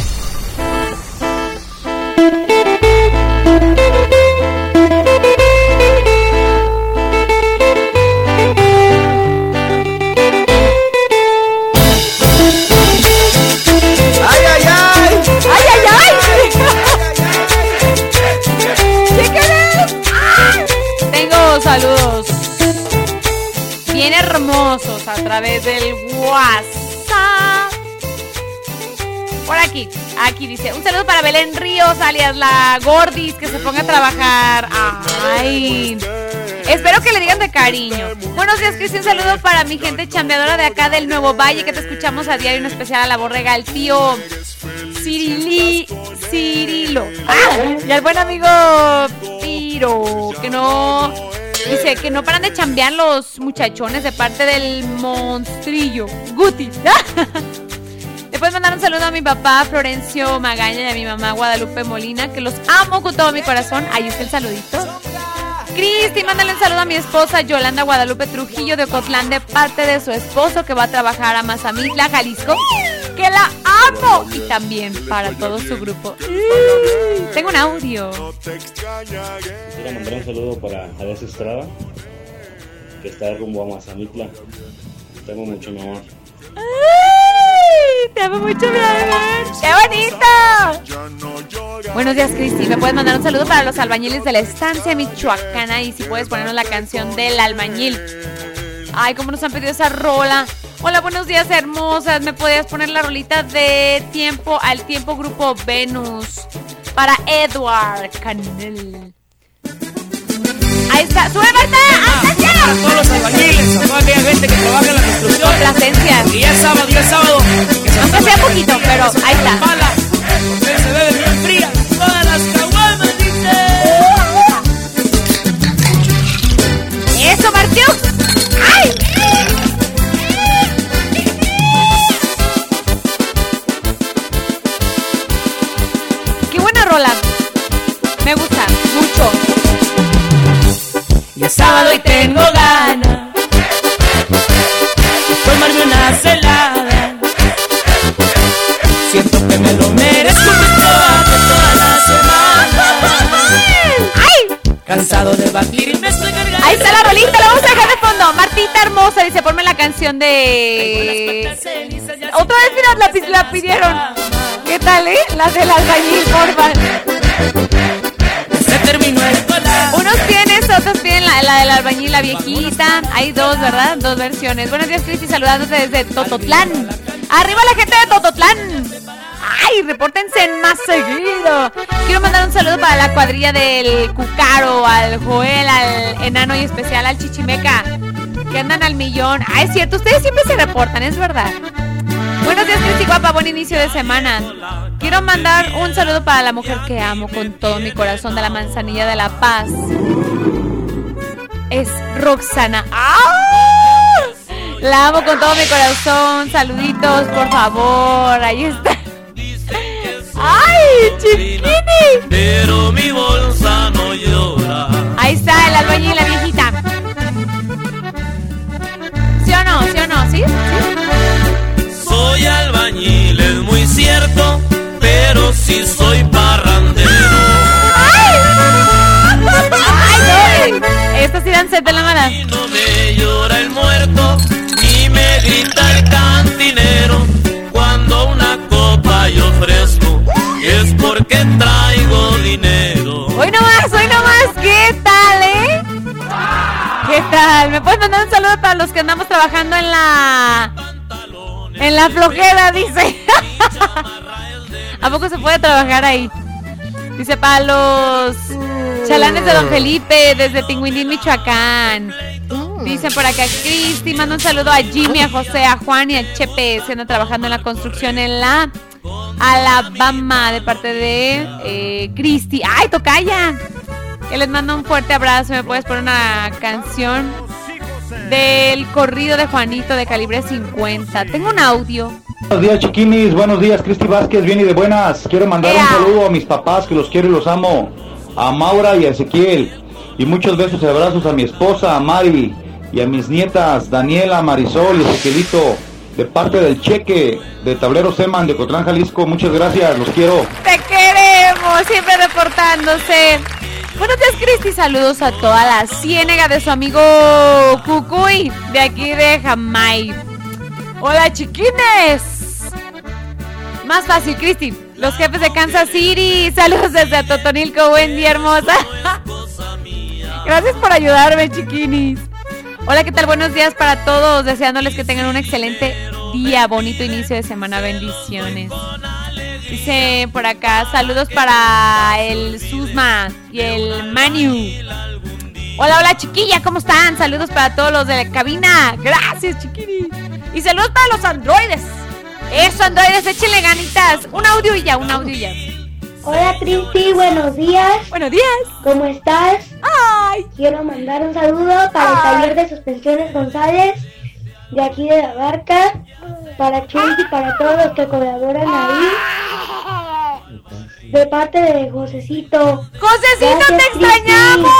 ¡Ay, ay, ay! ¡Ay, ay, ay! ¡Chíquenes! Tengo saludos bien hermosos a través del WhatsApp. Por aquí, aquí dice, un saludo para Belén Ríos, alias la Gordis, que se ponga a trabajar. Ay, espero que le digan de cariño. Buenos días, Cristi, un saludo para mi gente chambeadora de acá del Nuevo Valle, que te escuchamos a diario, en especial a la borrega, al tío Cirili, Cirilo. Ah, y al buen amigo Piro, que no... Dice que no paran de chambear los muchachones de parte del monstrillo Guti. Después mandar un saludo a mi papá Florencio Magaña y a mi mamá Guadalupe Molina, que los amo con todo mi corazón. Ahí está el saludito. Cristi, mándale un saludo a mi esposa Yolanda Guadalupe Trujillo de Ocotlán, de parte de su esposo que va a trabajar a Mazamitla, Jalisco, que la amo. Y también para todo su grupo. Tengo un audio. Quisiera mandar un saludo para Alex Estrada, que está rumbo a Mazamitla. Te amo mucho, mi amor. ¡Ay! Te amo mucho, mi amor. ¡Qué bonito! Buenos días, Cristi. ¿Me puedes mandar un saludo para los albañiles de la estancia michoacana? Y si puedes ponernos la canción del albañil. Ay, cómo nos han pedido esa rola. Hola, buenos días, hermosas. ¿Me podías poner la rolita de Tiempo al Tiempo, Grupo Venus? Para Edward Canel. Ahí está, sube, Marta. ¡Atención! Para todos los albañiles, a toda aquella gente que trabaja en la construcción. Complacencias. Y es sábado, y es sábado. Aunque sea poquito, pero ahí está. Porque se beben bien frías todas las caguamas, dice. ¡Eso, Martiu! ¡Ay! ¡Qué buena rola! Me gusta mucho. Y es sábado y tengo ganas de tomarme una celada. Siento que me lo merezco de toda la semana. ¡Ay! Cansado de batir y me estoy cargando. Ahí está la rolita, la vamos a dejar de fondo. Martita hermosa dice, ponme la canción de... Otra vez, mira, la, la pidieron. ¿Qué tal, eh? La del albañil, porfa. Se terminó el colar. Unos tienes, otros tienen la, la del albañil, la viejita. Hay dos, ¿verdad? Dos versiones. Buenos días, Cristi, saludándote desde Tototlán. ¡Arriba la gente de Tototlán! ¡Ay, repórtense más seguido! Quiero mandar un saludo para la cuadrilla del Cucaro, al Joel, al Enano y especial al Chichimeca, que andan al millón. ¡Ah, es cierto! Ustedes siempre se reportan, es verdad. Buenos días, Cristi guapa, buen inicio de semana. Quiero mandar un saludo para la mujer que amo con todo mi corazón de la Manzanilla de la Paz. Es Roxana. ¡Ah! La amo con todo mi corazón. Saluditos, por favor. Ahí está. ¡Ay, chiquini! Pero mi bolsa no llora. Ahí está el albañil, la viejita. ¿Sí o no? ¿Sí o no? ¿Sí? ¿Sí? Soy albañil, es muy cierto, pero sí soy parrandero. ¡Ay! ¡Ay! Estos sí dan sed de la mala. No me llora el muerto, ni me grita el cantinero. Cuando una copa yo ofrezco, es porque traigo dinero. Hoy nomás, hoy nomás, ¿qué tal, eh? ¿Qué tal? ¿Me puedes mandar un saludo para los que andamos trabajando en la... en la flojera, dice? ¿A poco se puede trabajar ahí? Dice, para los chalanes de Don Felipe, desde Tinguindín, Michoacán. Dicen por acá, Cristi, manda un saludo a Jimmy, a José, a Juan y a Chepe, se andan trabajando en la construcción en la Alabama, de parte de eh, Cristi. ¡Ay, tocaya! Que les mando un fuerte abrazo. ¿Me puedes poner una canción del corrido de Juanito de calibre cincuenta? Tengo un audio. Buenos días, chiquinis. Buenos días, Cristi Vázquez. Bien y de buenas. Quiero mandar Ea. un saludo a mis papás, que los quiero y los amo. A Maura y a Ezequiel. Y muchos besos y abrazos a mi esposa, a Mari. Y a mis nietas, Daniela, Marisol y Ezequielito. De parte del Cheque, de Tablero Seman, de Cotlán, Jalisco. Muchas gracias, los quiero. Te queremos, siempre reportándose. Buenos días, Cristi. Saludos a toda la ciénega de su amigo Cucuy, de aquí de Jamay. Hola, chiquines. Más fácil, Cristi. Los jefes de Kansas City. Saludos desde Totonilco. Buen día, hermosa. Gracias por ayudarme, chiquinis. Hola, ¿qué tal? Buenos días para todos. Deseándoles que tengan un excelente día. Bonito inicio de semana. Bendiciones. Dice por acá, saludos para el Susma y el Manu. Hola, hola, chiquilla, ¿cómo están? Saludos para todos los de la cabina. Gracias, chiquini. Y saludos para los androides. Eso, androides, échenle ganitas. Un audio y ya, un audio y ya. Hola, Cristi, buenos días. Buenos días. ¿Cómo estás? Ay. Quiero mandar un saludo para Ay. el taller de suspensiones González, de aquí de la Barca, para Chunti y para todos los que colaboran ahí. De parte de Josecito. ¡Josecito, Gracias, te Cristi. extrañamos!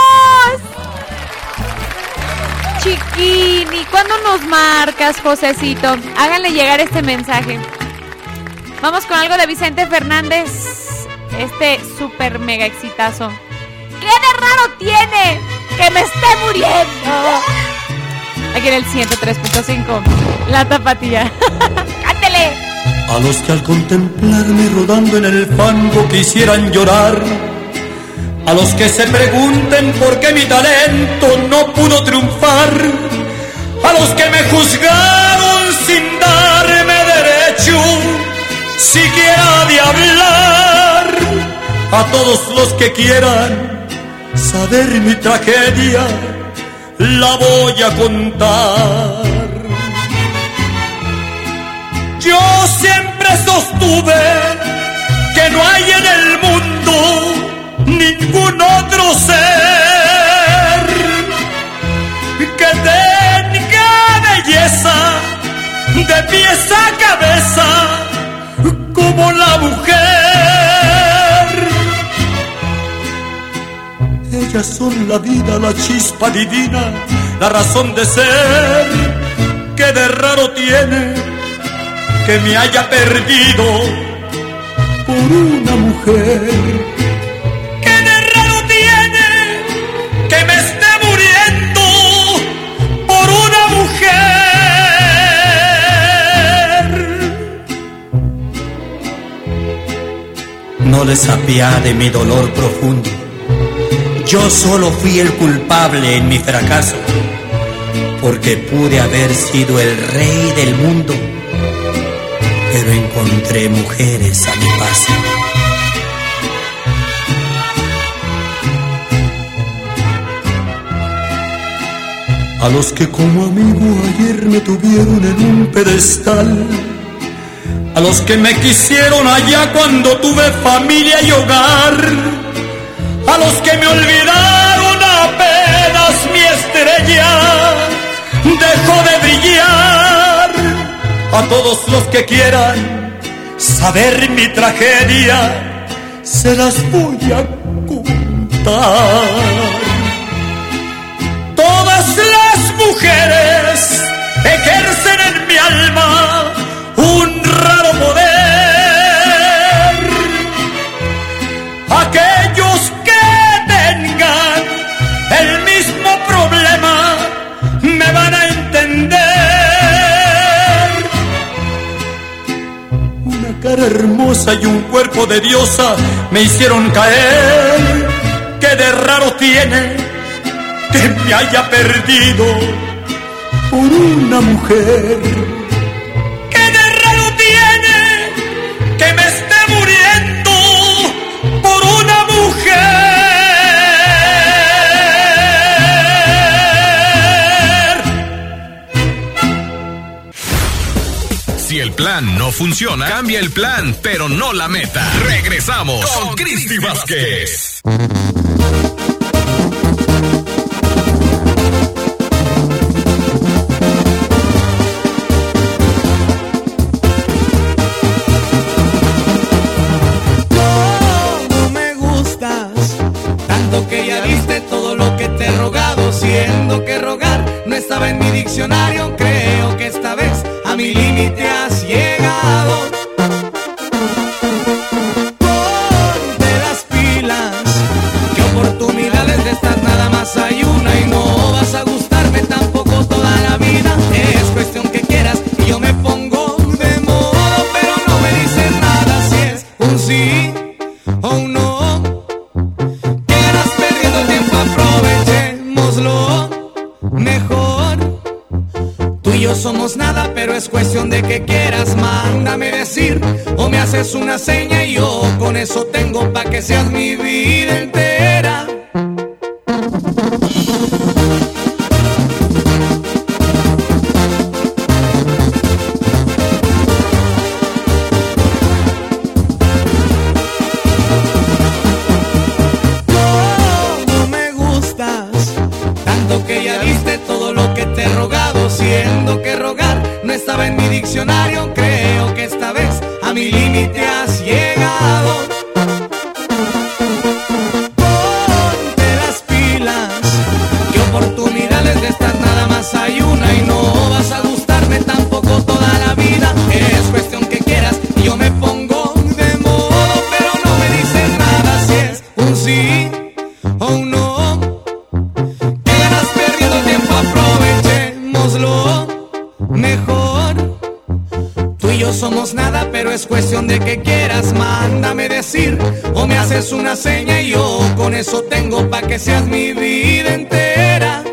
Chiquini, ¿cuándo nos marcas, Josecito? Háganle llegar este mensaje. Vamos con algo de Vicente Fernández. Este super mega exitazo. ¿Qué de raro tiene que me esté muriendo? Aquí en el ciento tres punto cinco, La Tapatía. ¡Cántele! A los que al contemplarme rodando en el fango quisieran llorar, a los que se pregunten por qué mi talento no pudo triunfar, a los que me juzgaron sin darme derecho siquiera de hablar, a todos los que quieran saber mi tragedia, la voy a contar. Yo siempre sostuve que no hay en el mundo ningún otro ser que tenga belleza de pies a cabeza como la mujer. Ellas son la vida, la chispa divina, la razón de ser. Que de raro tiene que me haya perdido por una mujer. Que de raro tiene que me esté muriendo por una mujer. No les apiade mi dolor profundo. Yo solo fui el culpable en mi fracaso, porque pude haber sido el rey del mundo, pero encontré mujeres a mi paso. A los que como amigo ayer me tuvieron en un pedestal, a los que me quisieron allá cuando tuve familia y hogar, a los que me olvidaron apenas mi estrella dejó de brillar, a todos los que quieran saber mi tragedia, se las voy a contar. Todas las mujeres ejercen en mi alma un raro poder. Aquellos que tengan el mismo problema me van a entender. Una cara hermosa y un cuerpo de diosa me hicieron caer. ¿Qué de raro tiene que me haya perdido por una mujer? ¿Qué de raro tiene que me esté muriendo por una mujer? Si el plan no funciona, cambia el plan, pero no la meta. Regresamos con Cristi Vázquez. Que ya viste todo lo que te he rogado, siendo que rogar no estaba en mi diccionario. Creo que esta vez a mi límite has llegado. Ponte las pilas, que oportunidades de estas nada más hay una, y no vas a gustarme tampoco toda la vida. Es cuestión que quieras y yo me pongo de modo, pero no me dices nada si es un sí o un no. Mejor, tú y yo somos nada, pero es cuestión de que quieras. Mándame decir o me haces una seña y yo con eso tengo pa' que seas mi vida entera. Que ya viste todo lo que te he rogado, siendo que rogar no estaba en mi diccionario. Creo que esta vez a mi límite has llegado. Ponte las pilas, que oportunidades de estas nada más hay una, y no vas a gustarme tampoco toda la vida. Es cuestión que quieras y yo me pongo de modo, pero no me dices nada si es un sí o un no. Mejor, tú y yo somos nada, pero es cuestión de que quieras. Mándame decir o me haces una seña y yo con eso tengo pa' que seas mi vida entera.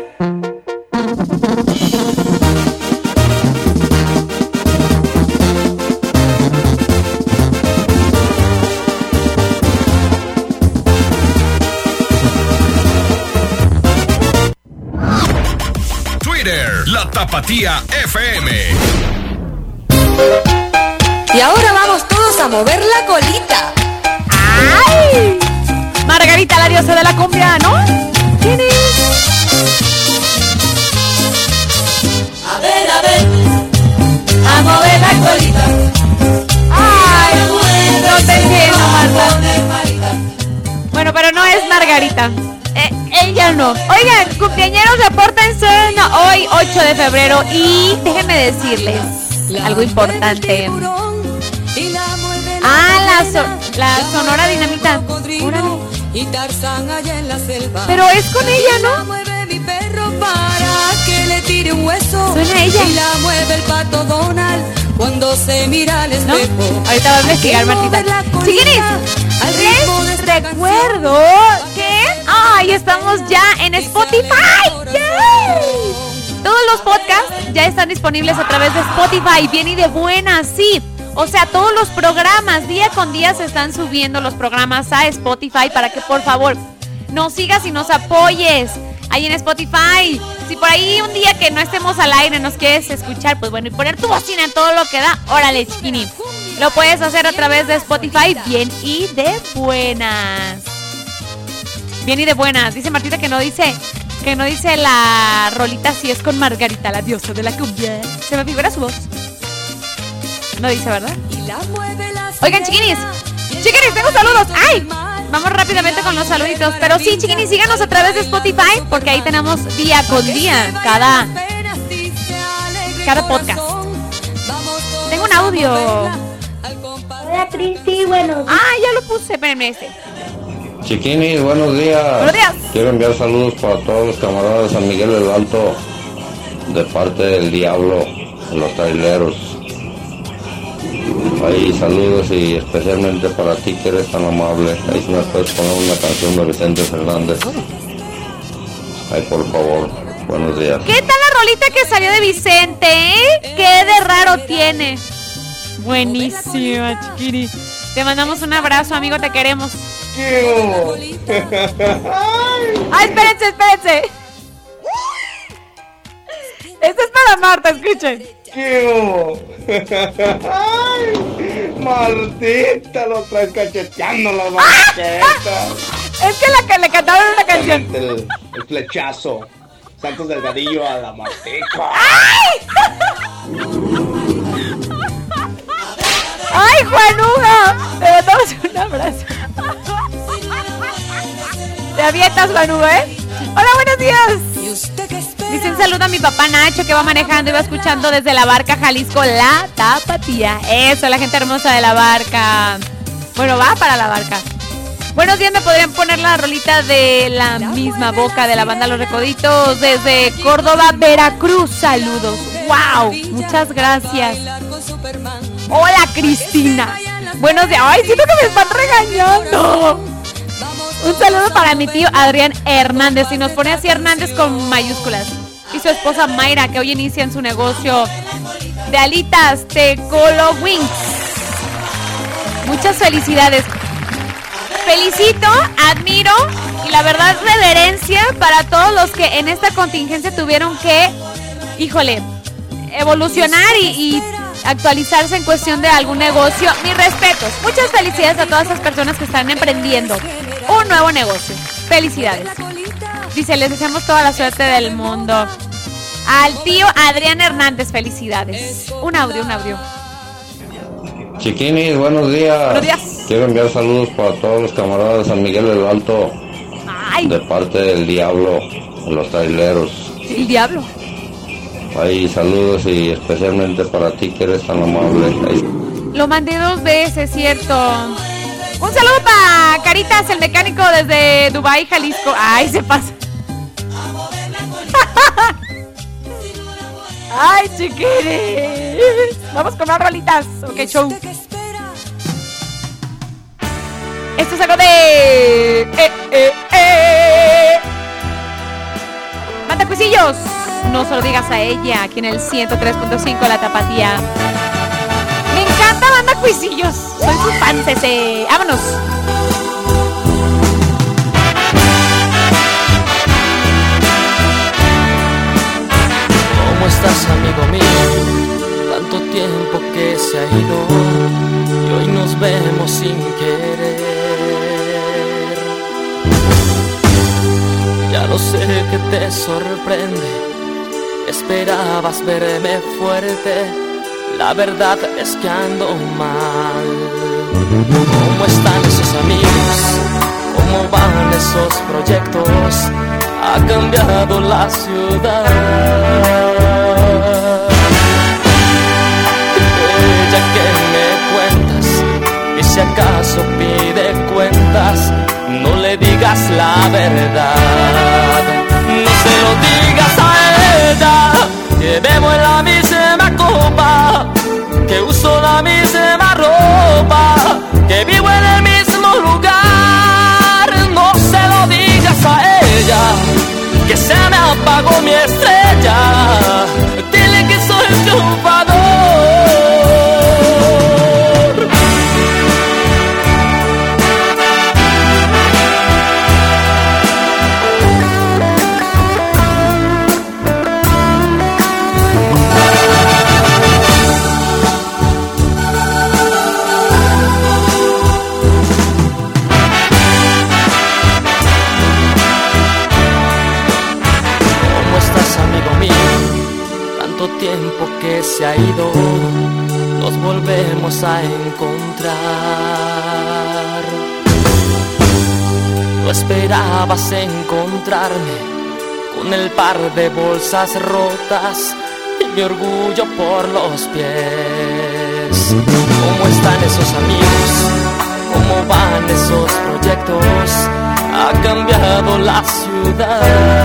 La Tapatía F M. Y ahora vamos todos a mover la colita. ¡Ay! Margarita, la diosa de la cumbia, ¿no? ¿Quién es? A ver, a ver, a mover la colita. ¡Ay! No te entiendo, Marta. Bueno, pero no es Margarita. Eh, ella no. Oigan, cumpleañeros, repórtense hoy, ocho de febrero. Y déjenme decirles algo importante. Ah, la, so- la Sonora Dinamita. Órale. Pero es con ella, ¿no? Para que le tire un hueso. Suena ella. Y la mueve el pato Donald cuando se mira al espejo. ¿No? Ahorita va a investigar, Martita. Chiquiris, les recuerdo que ay, estamos ya en Spotify. ¡Yay! Todos los podcasts ya están disponibles a través de Spotify. Bien y de buenas, sí. O sea, todos los programas, día con día se están subiendo los programas a Spotify para que por favor nos sigas y nos apoyes ahí en Spotify. Si por ahí un día que no estemos al aire nos quieres escuchar, pues bueno, y poner tu bocina en todo lo que da, órale, chiquini. lo puedes hacer a través de Spotify. Bien y de buenas. Bien y de buenas. Dice Martita que no dice que no dice la rolita si es con Margarita, la diosa de la cumbia. Se me figura su voz. No dice, ¿verdad? Oigan, chiquinis, chiquinis, tengo saludos. ¡Ay! Vamos rápidamente con los saluditos. Pero sí, chiquinis, síganos a través de Spotify, porque ahí tenemos día con día cada, cada podcast. Tengo un audio. Hola, Cristi, bueno. Ah, ya lo puse, espérenme este. Chiquinis, buenos días. Buenos días. Quiero enviar saludos para todos los camaradas de San Miguel del Alto, de parte del Diablo, los traileros. Ahí saludos y especialmente para ti que eres tan amable. Ahí si me puedes poner una canción de Vicente Fernández. Ahí por favor, buenos días. ¿Qué tal la rolita que salió de Vicente, eh? ¿Qué de raro tiene? Buenísima, chiquiri. Te mandamos un abrazo, amigo, te queremos. ¡Ay, espérense, espérense! Esto es para Marta, escuchen. ¡Ay! Martita, lo traes cacheteando la marqueta. Es que la que le cantaron una canción. El, el flechazo. Santos Delgadillo a la Martita. ¡Ay! ¡Ay, Juanuga! Te mandamos un abrazo. Te avientas, Juanuga, ¿eh? Hola, buenos días. Dice un saludo a mi papá Nacho, que va manejando y va escuchando desde La Barca, Jalisco, La Tapatía. Eso, la gente hermosa de La Barca. Bueno, va para La Barca. Buenos días, ¿me podrían poner la rolita de La Misma Boca de la banda Los Recoditos desde Córdoba, Veracruz? Saludos. ¡Wow! Muchas gracias. Hola, Cristina. Buenos días. ¡Ay, siento que me están regañando! Un saludo para mi tío Adrián Hernández, y nos pone así Hernández con mayúsculas. Y su esposa Mayra, que hoy inician su negocio de alitas Tecolo Wings. Muchas felicidades. Felicito, admiro y la verdad reverencia para todos los que en esta contingencia tuvieron que, híjole, evolucionar y, y actualizarse en cuestión de algún negocio. Mis respetos. Muchas felicidades a todas esas personas que están emprendiendo un nuevo negocio. Felicidades. Dice, les deseamos toda la suerte del mundo. Al tío Adrián Hernández, felicidades. Un audio, un audio. Chiquinis, buenos días. Buenos días. Quiero enviar saludos para todos los camaradas de San Miguel del Alto. Ay. De parte del Diablo, los traileros. El Diablo. Ahí saludos y especialmente para ti que eres tan amable. Ahí. Lo mandé dos veces, cierto. Un saludo para Caritas, el mecánico desde Dubái, Jalisco. Ay, se pasa. Ay, chiquiris. Vamos con más rolitas. Ok, show. Esto es algo de... Eh, eh, eh. Manda cuisillos. No se lo digas a ella. Aquí en el ciento tres punto cinco La Tapatía. Me encanta Banda Cuisillos. Soy su fan, Cece. Vámonos. ¿Cómo estás, amigo mío? Tanto tiempo que se ha ido y hoy nos vemos sin querer. Ya lo sé que te sorprende. Esperabas verme fuerte, la verdad es que ando mal. ¿Cómo están esos amigos? ¿Cómo van esos proyectos? Ha cambiado la ciudad. Ella que me cuentas, y si acaso pide cuentas, no le digas la verdad. No se lo digas a ella, que bebo en la misma copa, que uso la misma ropa, que vivo en el mismo lugar. No se lo digas a ella, que se me apagó mi estrella. Dile que soy triunfador. se ha ido, nos volvemos a encontrar. No esperabas encontrarme con el par de bolsas rotas y mi orgullo por los pies. ¿Cómo están esos amigos? ¿Cómo van esos proyectos? Ha cambiado la ciudad.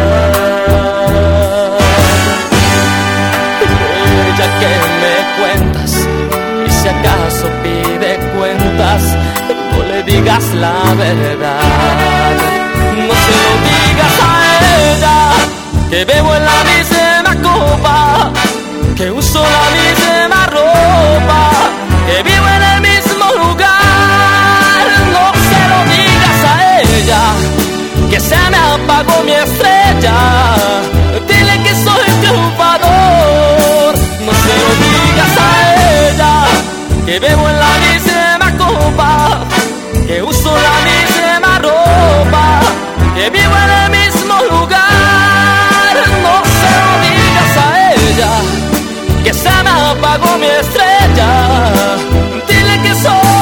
Ya que me cuentas, y si acaso pide cuentas, no le digas la verdad. No se lo digas a ella, que bebo en la misma copa, que uso la misma ropa, que vivo en el mismo lugar. No se lo digas a ella, que se me apagó mi estrella. Dile que soy triunfador. No se lo digas a ella, que bebo en la misma copa, que uso la misma ropa, que vivo en el mismo lugar. No se lo digas a ella, que se me apagó mi estrella. Dile que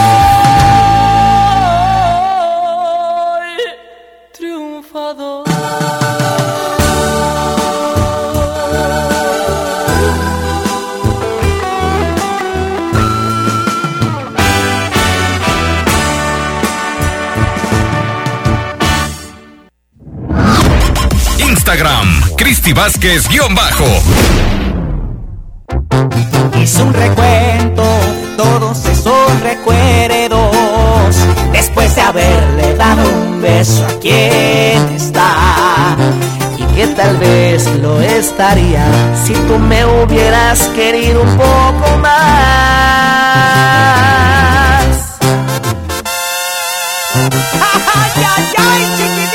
soy triunfador. Instagram, Cristi Vázquez guión bajo. Hice un recuento de todos esos recuerdos, después de haberle dado un beso a quien está, y que tal vez lo estaría si tú me hubieras querido un poco más. ¡Ay, ay, ay, chiquitita!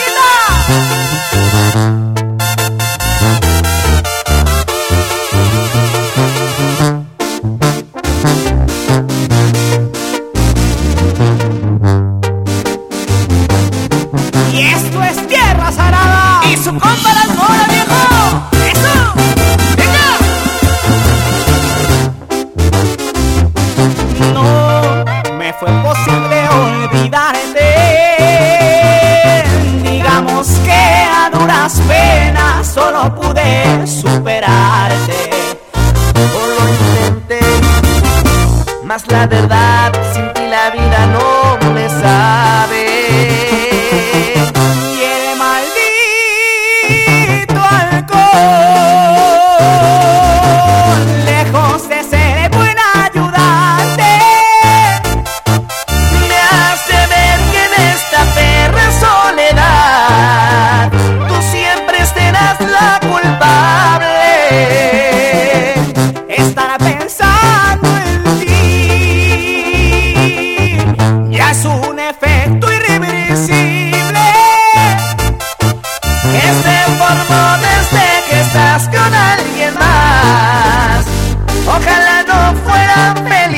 Y esto es Tierra Sagrada y su compa la Mora, viejo. ¡Eso! ¡Venga! No me fue posible olvidarte. Digamos que a duras penas solo pude superarte. O lo intenté, mas la verdad sin ti la vida no me sabe. Quiere maldito alcohol, lejos de ser buen ayudante, me hace ver que en esta perra soledad tú siempre serás la culpable. Estará pensando en ti, ya es un efecto irreversible que se formó desde que estás con alguien más. Ojalá no fueran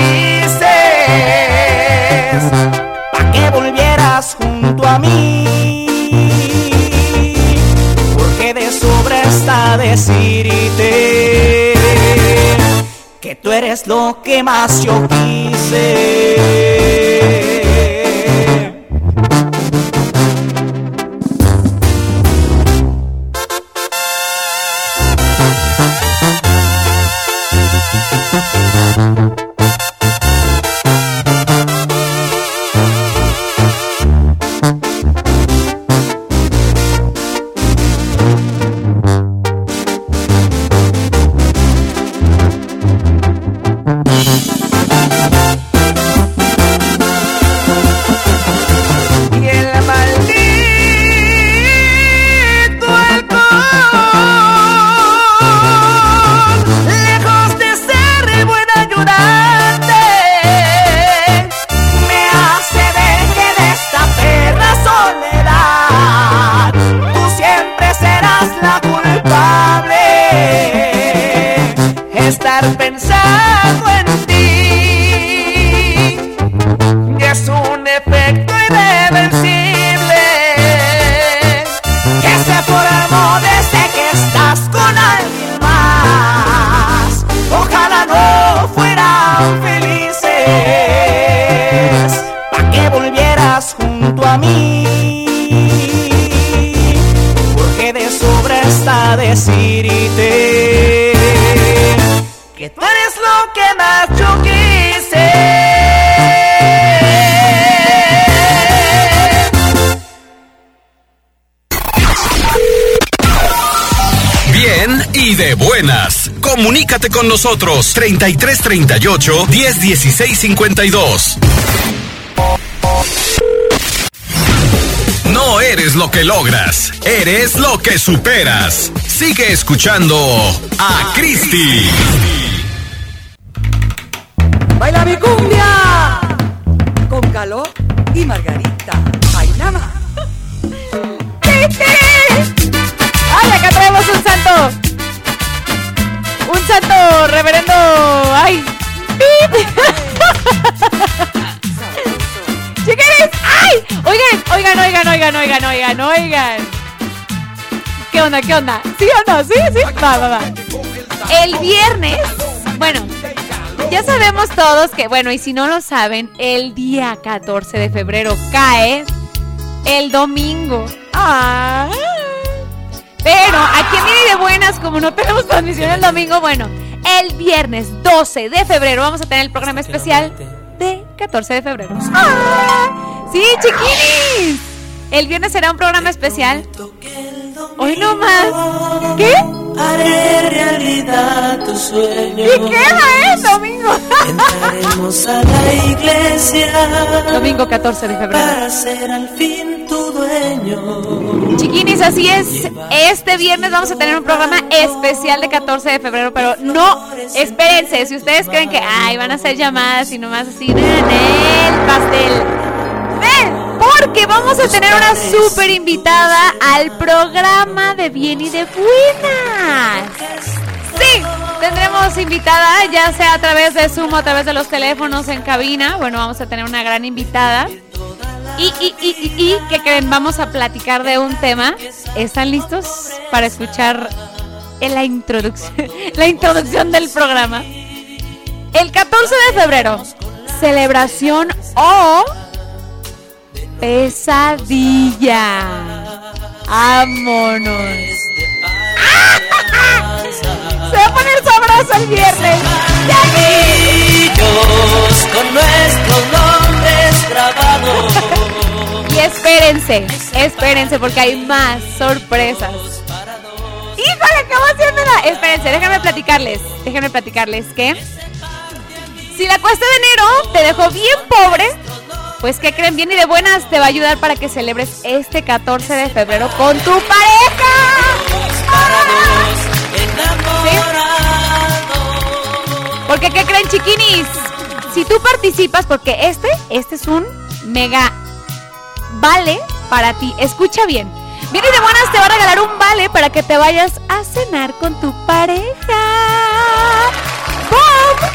felices, pa' que volvieras junto a mí, porque de sobra está decirte que tú eres lo que más yo quise. Pensando en ti, y es un efecto irreversible que se formó desde que estás con alguien más. Ojalá no a mí, porque de sobra está decirte que tú eres lo que más yo quise. Bien y de buenas. Comunícate con nosotros treinta y tres treinta y ocho, diez dieciséis cincuenta y dos. No eres lo que logras, eres lo que superas. Sigue escuchando a Cristi. Baila mi cumbia con Caló y Margarita. Bailama. ¡Ay, acá traemos un santo! Un santo reverendo. ¡Ay! ¡Chiquines! ¡Ay! Oigan, oigan, oigan, oigan, oigan, oigan, oigan. ¿Qué onda, qué onda? ¿Sí o no? ¿Sí, sí? Va, va, va. El viernes, bueno, ya sabemos todos que, bueno, y si no lo saben, el día catorce de febrero cae el domingo. ¡Ah! Pero aquí en Viene de Buenas, como no tenemos transmisión el domingo, bueno, el viernes doce de febrero vamos a tener el programa especial de catorce de febrero. ¡Ah! ¡Sí, chiquinis! El viernes será un programa especial. Hoy no más. ¿Qué? Haré realidad tu sueño. ¿Y qué era, eh? Domingo. Entraremos a la iglesia. Domingo catorce de febrero. Para ser al fin tu dueño. Chiquinis, así es. Este viernes vamos a tener un programa especial de catorce de febrero, pero no, espérense. Si ustedes creen que, ay, van a hacer llamadas y nomás así, en el pastel. ¡Ven! Porque vamos a tener una súper invitada al programa de Bien y de Buenas. Sí, tendremos invitada, ya sea a través de Zoom o a través de los teléfonos en cabina. Bueno, vamos a tener una gran invitada. Y, y, y, y, y ¿qué creen? Vamos a platicar de un tema. ¿Están listos para escuchar la introducción, la introducción del programa? El catorce de febrero, celebración o pesadilla. ¡Vámonos! Se va a poner sabroso el viernes. Anillos con nuestros nombres grabados. Y espérense, espérense porque hay más sorpresas. ¡Híjole, qué emoción me da! Espérense, déjenme platicarles, déjenme platicarles que si la cuesta de enero te dejó bien pobre, pues ¿qué creen? Bien y de Buenas te va a ayudar para que celebres este catorce de febrero con tu pareja. ¿Sí? Porque ¿qué creen, chiquinis? Si tú participas, porque este, este es un mega vale para ti. Escucha bien. Bien y de Buenas te va a regalar un vale para que te vayas a cenar con tu pareja. ¡Bum!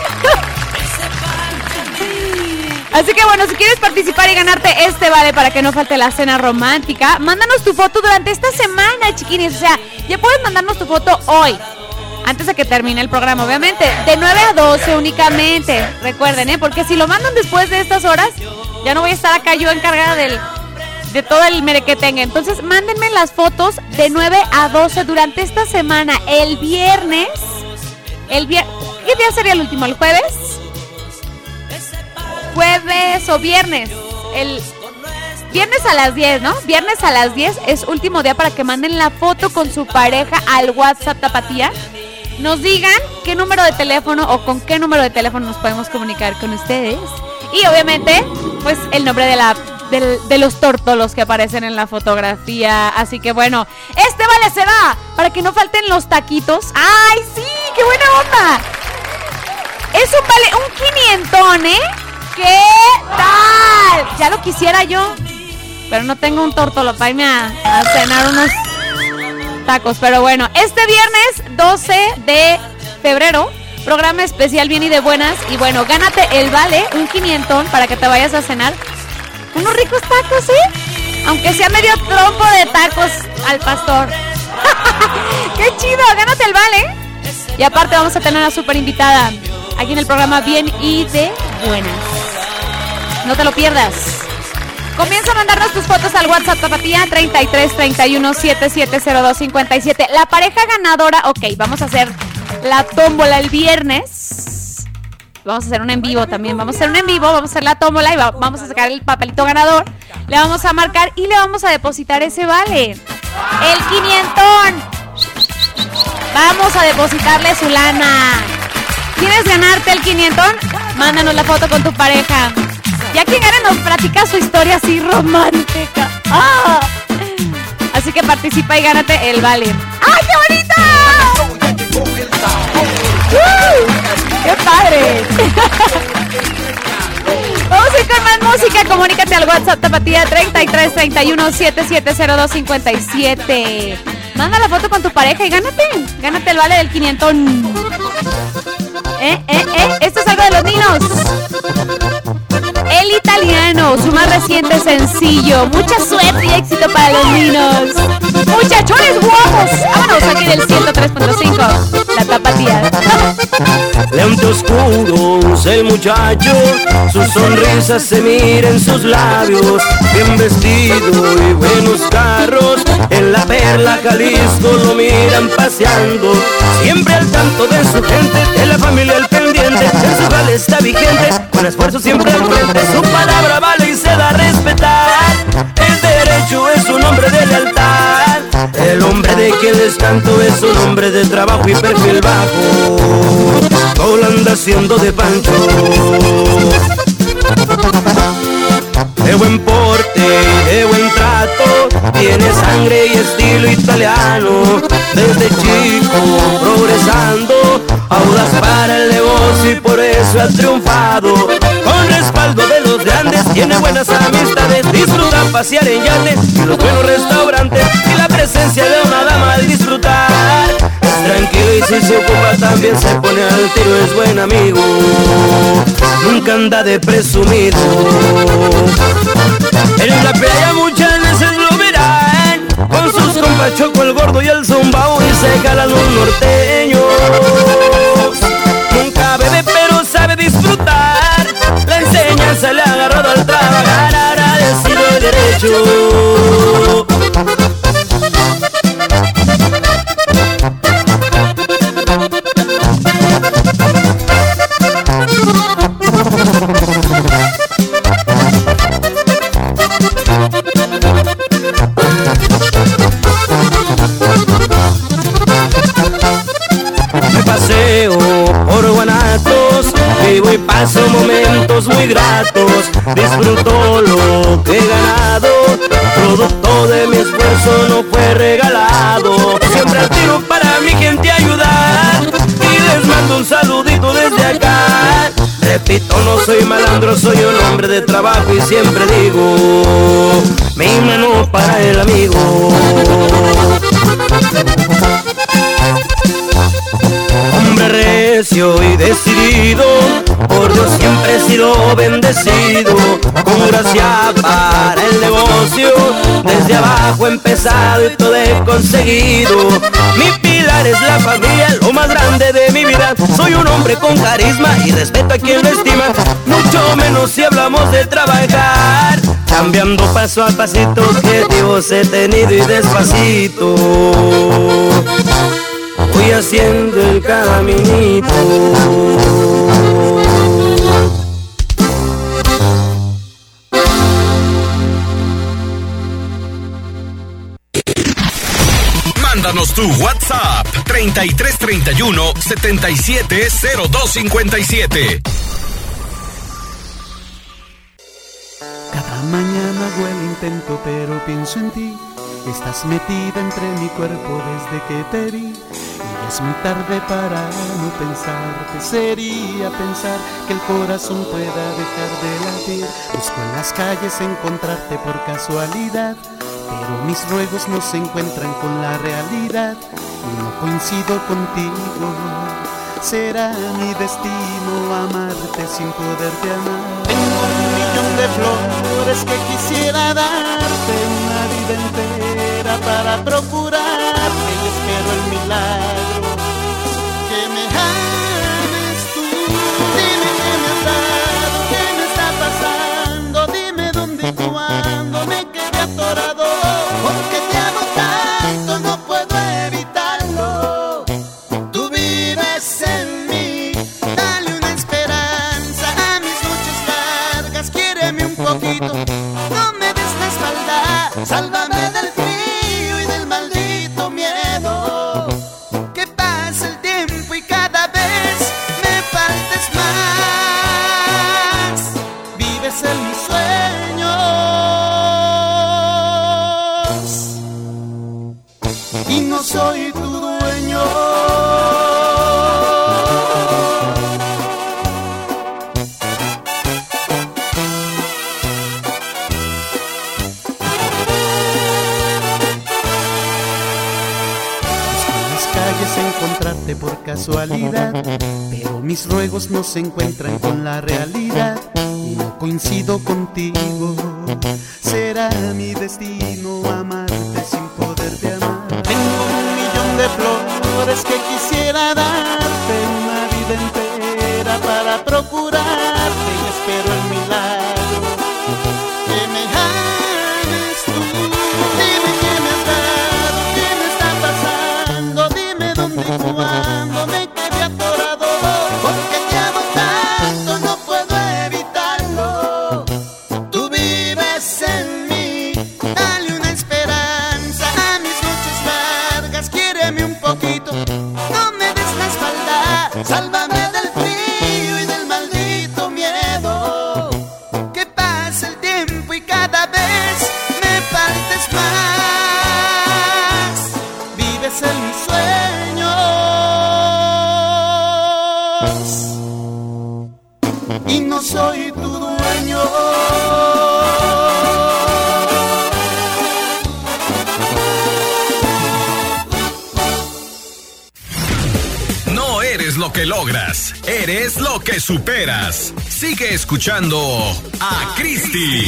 Así que bueno, si quieres participar y ganarte este vale para que no falte la cena romántica, mándanos tu foto durante esta semana, chiquinis. O sea, ya puedes mandarnos tu foto hoy, antes de que termine el programa, obviamente. De nueve a doce únicamente. Recuerden, ¿eh? Porque si lo mandan después de estas horas, ya no voy a estar acá yo encargada del, de todo el merequetengue. Entonces, mándenme las fotos de nueve a doce durante esta semana. El viernes. El viernes. ¿Qué día sería el último? ¿El jueves? Jueves o viernes. El viernes a las diez, ¿no? Viernes a las diez es último día para que manden la foto con su pareja al WhatsApp Tapatía. Nos digan qué número de teléfono o con qué número de teléfono nos podemos comunicar con ustedes. Y obviamente, pues el nombre de la de, de los tórtolos que aparecen en la fotografía. Así que bueno, este vale se va para que no falten los taquitos. ¡Ay, sí! ¡Qué buena onda! Es un vale, un quinientón, ¿eh? ¿Qué tal? Ya lo quisiera yo, pero no tengo un tórtolo para irme a, a cenar unos tacos. Pero bueno, este viernes doce de febrero, programa especial Bien y de Buenas. Y bueno, gánate el vale, un quinientón para que te vayas a cenar unos ricos tacos, ¿sí? Aunque sea medio trompo de tacos al pastor. ¡Qué chido! Gánate el vale. Y aparte vamos a tener una súper invitada aquí en el programa Bien y de Buenas. No te lo pierdas. Comienza a mandarnos tus fotos al WhatsApp Tapatía treinta y tres treinta y uno setenta y siete cero dos cincuenta y siete. La pareja ganadora, ok, vamos a hacer la tómbola el viernes. Vamos a hacer un en vivo también. Vamos a hacer un en vivo, vamos a hacer la tómbola y va, vamos a sacar el papelito ganador. Le vamos a marcar y le vamos a depositar ese vale. El quinientón. Vamos a depositarle su lana. ¿Quieres ganarte el quinientón? Mándanos la foto con tu pareja. Ya quien gane nos platica su historia así romántica. ¡Ah! Así que participa y gánate el vale. ¡Ay, qué bonito! ¡Uh! ¡Qué padre! Vamos a ir con más música. Comunícate al WhatsApp Tapatía treinta y tres treinta y uno setenta y siete cero dos cincuenta y siete. Manda la foto con tu pareja y gánate. Gánate el vale del quinientón. Eh, eh, eh. Esto es algo de los niños. El Italiano, su más reciente sencillo. Mucha suerte y éxito para los niños. Muchachones guapos. Vámonos aquí del ciento tres punto cinco. La Tapatía. Lente oscuro es el muchacho, su sonrisa se mira en sus labios. Bien vestido y buenos carros, en la Perla Jalisco lo miran paseando. Siempre al tanto de su gente, de la familia al pendiente. En su jale está vigente, con esfuerzo siempre al frente. Su palabra vale y se da a respetar. El derecho es un hombre de lealtad. El hombre de quien les canto es un hombre de trabajo y perfil bajo. Todo anda haciendo de Pancho. De buen porte, de buen trato, tiene sangre y estilo italiano. Desde chico progresando, audaz para el negocio y por eso ha triunfado. Con respaldo de los grandes, tiene buenas amistades, disfruta pasear en yates y los buenos restaurantes y la presencia de una dama al disfrutar. Es tranquilo y si se ocupa también se pone al tiro, es buen amigo, nunca anda de presumido. En la playa muchas veces lo verán, con sus compas Choco el Gordo y el Zumbao y se jalan los norteños. Nunca bebe pero sabe disfrutar, la enseñanza le ha agarrado al trabajar, agradecido el derecho. Me paseo por Guanatos, vivo y paso momentos muy gratos. Disfruto lo que he ganado, producto de mi esfuerzo no fue regalado. Siempre al tiro para mi gente ayudar y les mando un saludito desde acá. Repito, no soy malandro, soy un hombre de trabajo y siempre digo, mi mano para el amigo. Hombre recio y decidido, por Dios siempre he sido bendecido. Con gracia para el negocio, desde abajo he empezado y todo he conseguido. Mi pilar es la familia, lo más grande de mi vida. Soy un hombre con carisma y respeto a quien lo estima, mucho menos si hablamos de trabajar. Cambiando paso a pasito, objetivos he tenido y despacito voy haciendo el caminito. Mándanos tu WhatsApp treinta y tres treinta y uno setenta y siete cero dos cincuenta y siete. Cada mañana hago el intento, pero pienso en ti. Estás metida entre mi cuerpo desde que te vi. Y es muy tarde para no pensarte. Sería pensar que el corazón pueda dejar de latir. Busco en las calles encontrarte por casualidad, pero mis ruegos no se encuentran con la realidad. Y no coincido contigo. Será mi destino amarte sin poderte amar. Tengo un millón de flores que quisiera darte, una vida entera para procurarte. Y espero el milagro que me ames tú. Dime qué me has dado, qué me está pasando, dime dónde tú andas. Sálvame del frío y del maldito miedo. Que pasa el tiempo y cada vez me faltes más. Vives en mis sueños y no soy tu dueño. Encontrarte por casualidad, pero mis ruegos no se encuentran con la realidad y no coincido contigo. Será mi destino amarte sin poderte amar. Tengo un millón de flores que quisiera darte, una vida entera para procurarte y espero el milagro que me ames tú. Dime qué me has dado, qué me está pasando, dime dónde y cuándo me quedé atorado, porque te amo tanto, no puedo evitarlo. Tú vives en mí, dale una esperanza a mis noches largas, quiéreme un poquito, no me des la espalda, sálvame del frío y del maldito miedo. Que pasa el tiempo y cada vez me faltes más. Vives en mis sueños y no soy tu dueño. No eres lo que logras, eres lo que superas. Sigue escuchando a Cristi.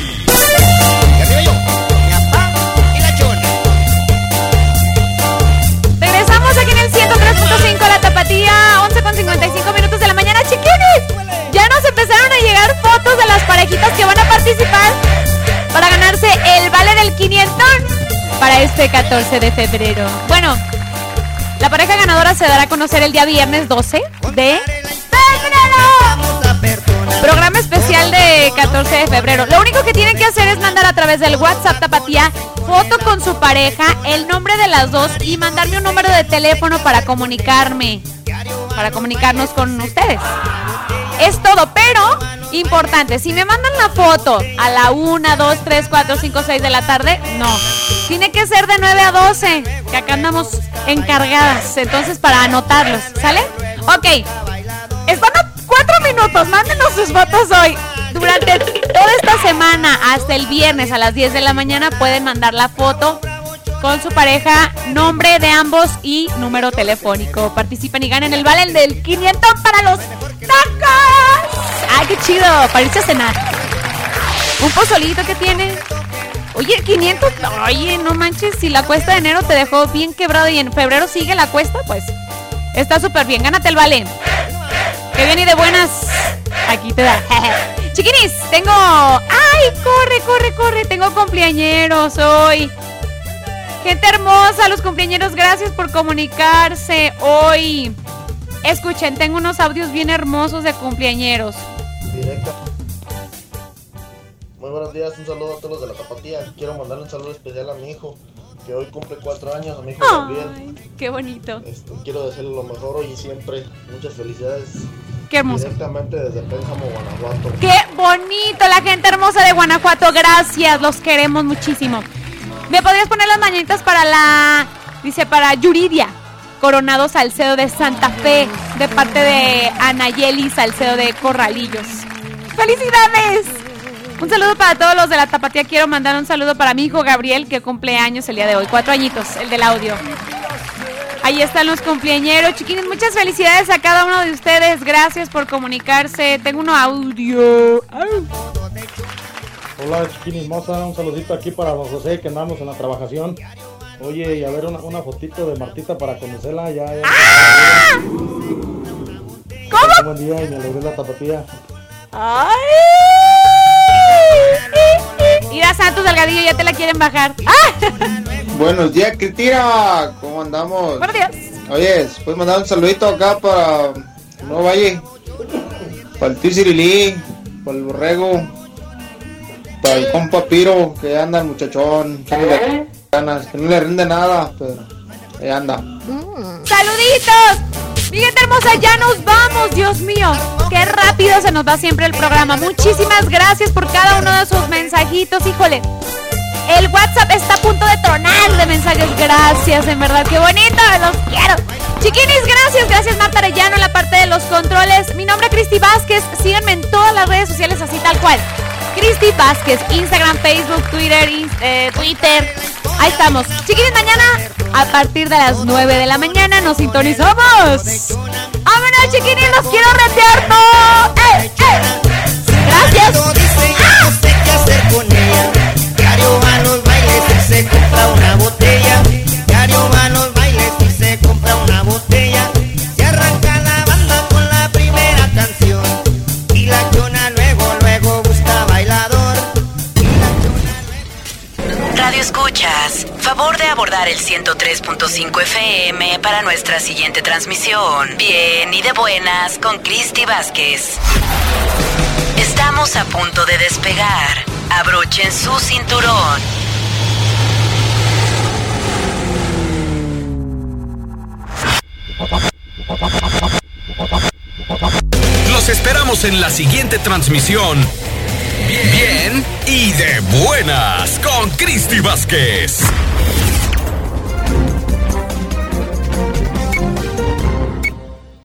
Regresamos aquí en el ciento tres punto cinco La Tapatía, once con cincuenta y cinco minutos de la mañana, chiquines. Ya nos empezaron a llegar fotos de las parejitas que van a participar para ganarse el vale del quinientón para este catorce de febrero. Bueno, la pareja ganadora se dará a conocer el día viernes doce de febrero. Programa especial de catorce de febrero. Lo único que tienen que hacer es mandar a través del WhatsApp Tapatía foto con su pareja, el nombre de las dos y mandarme un número de teléfono para comunicarme, para comunicarnos con ustedes. Es todo, pero importante, si me mandan la foto a la una, dos, tres, cuatro, cinco, seis de la tarde, no. Tiene que ser de nueve a doce, que acá andamos encargadas, entonces para anotarlos, ¿sale? Ok, están a cuatro minutos, mándenos sus fotos hoy. Durante toda esta semana, hasta el viernes a las diez de la mañana, pueden mandar la foto con su pareja, nombre de ambos y número telefónico. Participen y ganen el vale del quinientos para los tacos. ¡Ay, qué chido! Para irse a cenar. Un pozolito que tiene. Oye, quinientos. Oye, no manches, si la cuesta de enero te dejó bien quebrado y en febrero sigue la cuesta, pues está súper bien. Gánate el vale. Que bien y de buenas. Aquí te da. Chiquinis, tengo... ¡Ay, corre, corre, corre! Tengo cumpleañeros hoy. Gente hermosa, los cumpleañeros, gracias por comunicarse hoy. Escuchen, tengo unos audios bien hermosos de cumpleañeros. Directo. Muy buenos días, un saludo a todos los de La Tapatía. Quiero mandarle un saludo especial a mi hijo, que hoy cumple cuatro años, a mi hijo Gabriel. Ay, qué bonito. Este, quiero desearle lo mejor hoy y siempre. Muchas felicidades. Qué hermoso. Directamente desde Pénjamo, Guanajuato. Qué bonito, la gente hermosa de Guanajuato, gracias, los queremos muchísimo. ¿Me podrías poner las mañanitas para la, dice, para Yuridia Coronado Salcedo de Santa Fe, de parte de Anayeli Salcedo de Corralillos? ¡Felicidades! Un saludo para todos los de La Tapatía. Quiero mandar un saludo para mi hijo Gabriel, que cumple años el día de hoy, cuatro añitos, el del audio. Ahí están los cumpleañeros, chiquines. Muchas felicidades a cada uno de ustedes. Gracias por comunicarse. Tengo un audio. ¡Ay! Hola, chiquinis moza. Un saludito aquí para don José, que andamos en la trabajación. Oye, y a ver una, una fotito de Martita para conocerla. Ya, ya. ¡Ah! ¿Cómo? Buen día y me alegré La Tapatía. ¡Ay! Mira, Santos Delgadillo, ya te la quieren bajar. ¡Ah! Buenos días, Cristina. ¿Cómo andamos? Buenos días. Oye, ¿puedes mandar un saludito acá para Nuevo Valle? Para el tío Cirilí, para el Borrego, para el compa Piro, que anda el muchachón, echándole ganas, que no le rinde nada, pero ahí anda. ¡Saluditos! Mi gente hermosa, ya nos vamos, Dios mío. Qué rápido se nos va siempre el programa. Muchísimas gracias por cada uno de sus mensajitos, híjole. El WhatsApp está a punto de tronar de mensajes. Gracias, en verdad, qué bonito, los quiero. Chiquinis, gracias, gracias Marta Arellano en la parte de los controles. Mi nombre es Cristi Vázquez, síganme en todas las redes sociales así tal cual. Cristi Vázquez, Instagram, Facebook, Twitter, eh, Twitter. Ahí estamos. Chiquinis, mañana a partir de las nueve de la mañana nos sintonizamos. ¡Vámonos, chiquinis! ¡Los quiero retear! ¡No! ¡Eh, eh! ¡Gracias! ¡Ah! No sé qué hacer con ella. Diario va a los bailes y se compra una botella. Diario va a los bailes y se compra una botella. Se arranca la banda con la primera canción. Y la chona luego, luego busca bailador. Radio Escuchas, favor de abordar el ciento tres punto cinco F M para nuestra siguiente transmisión. Bien y de buenas con Cristi Vázquez. Estamos a punto de despegar. Abrochen su cinturón. Los esperamos en la siguiente transmisión. Bien y de buenas con Cristi Vázquez.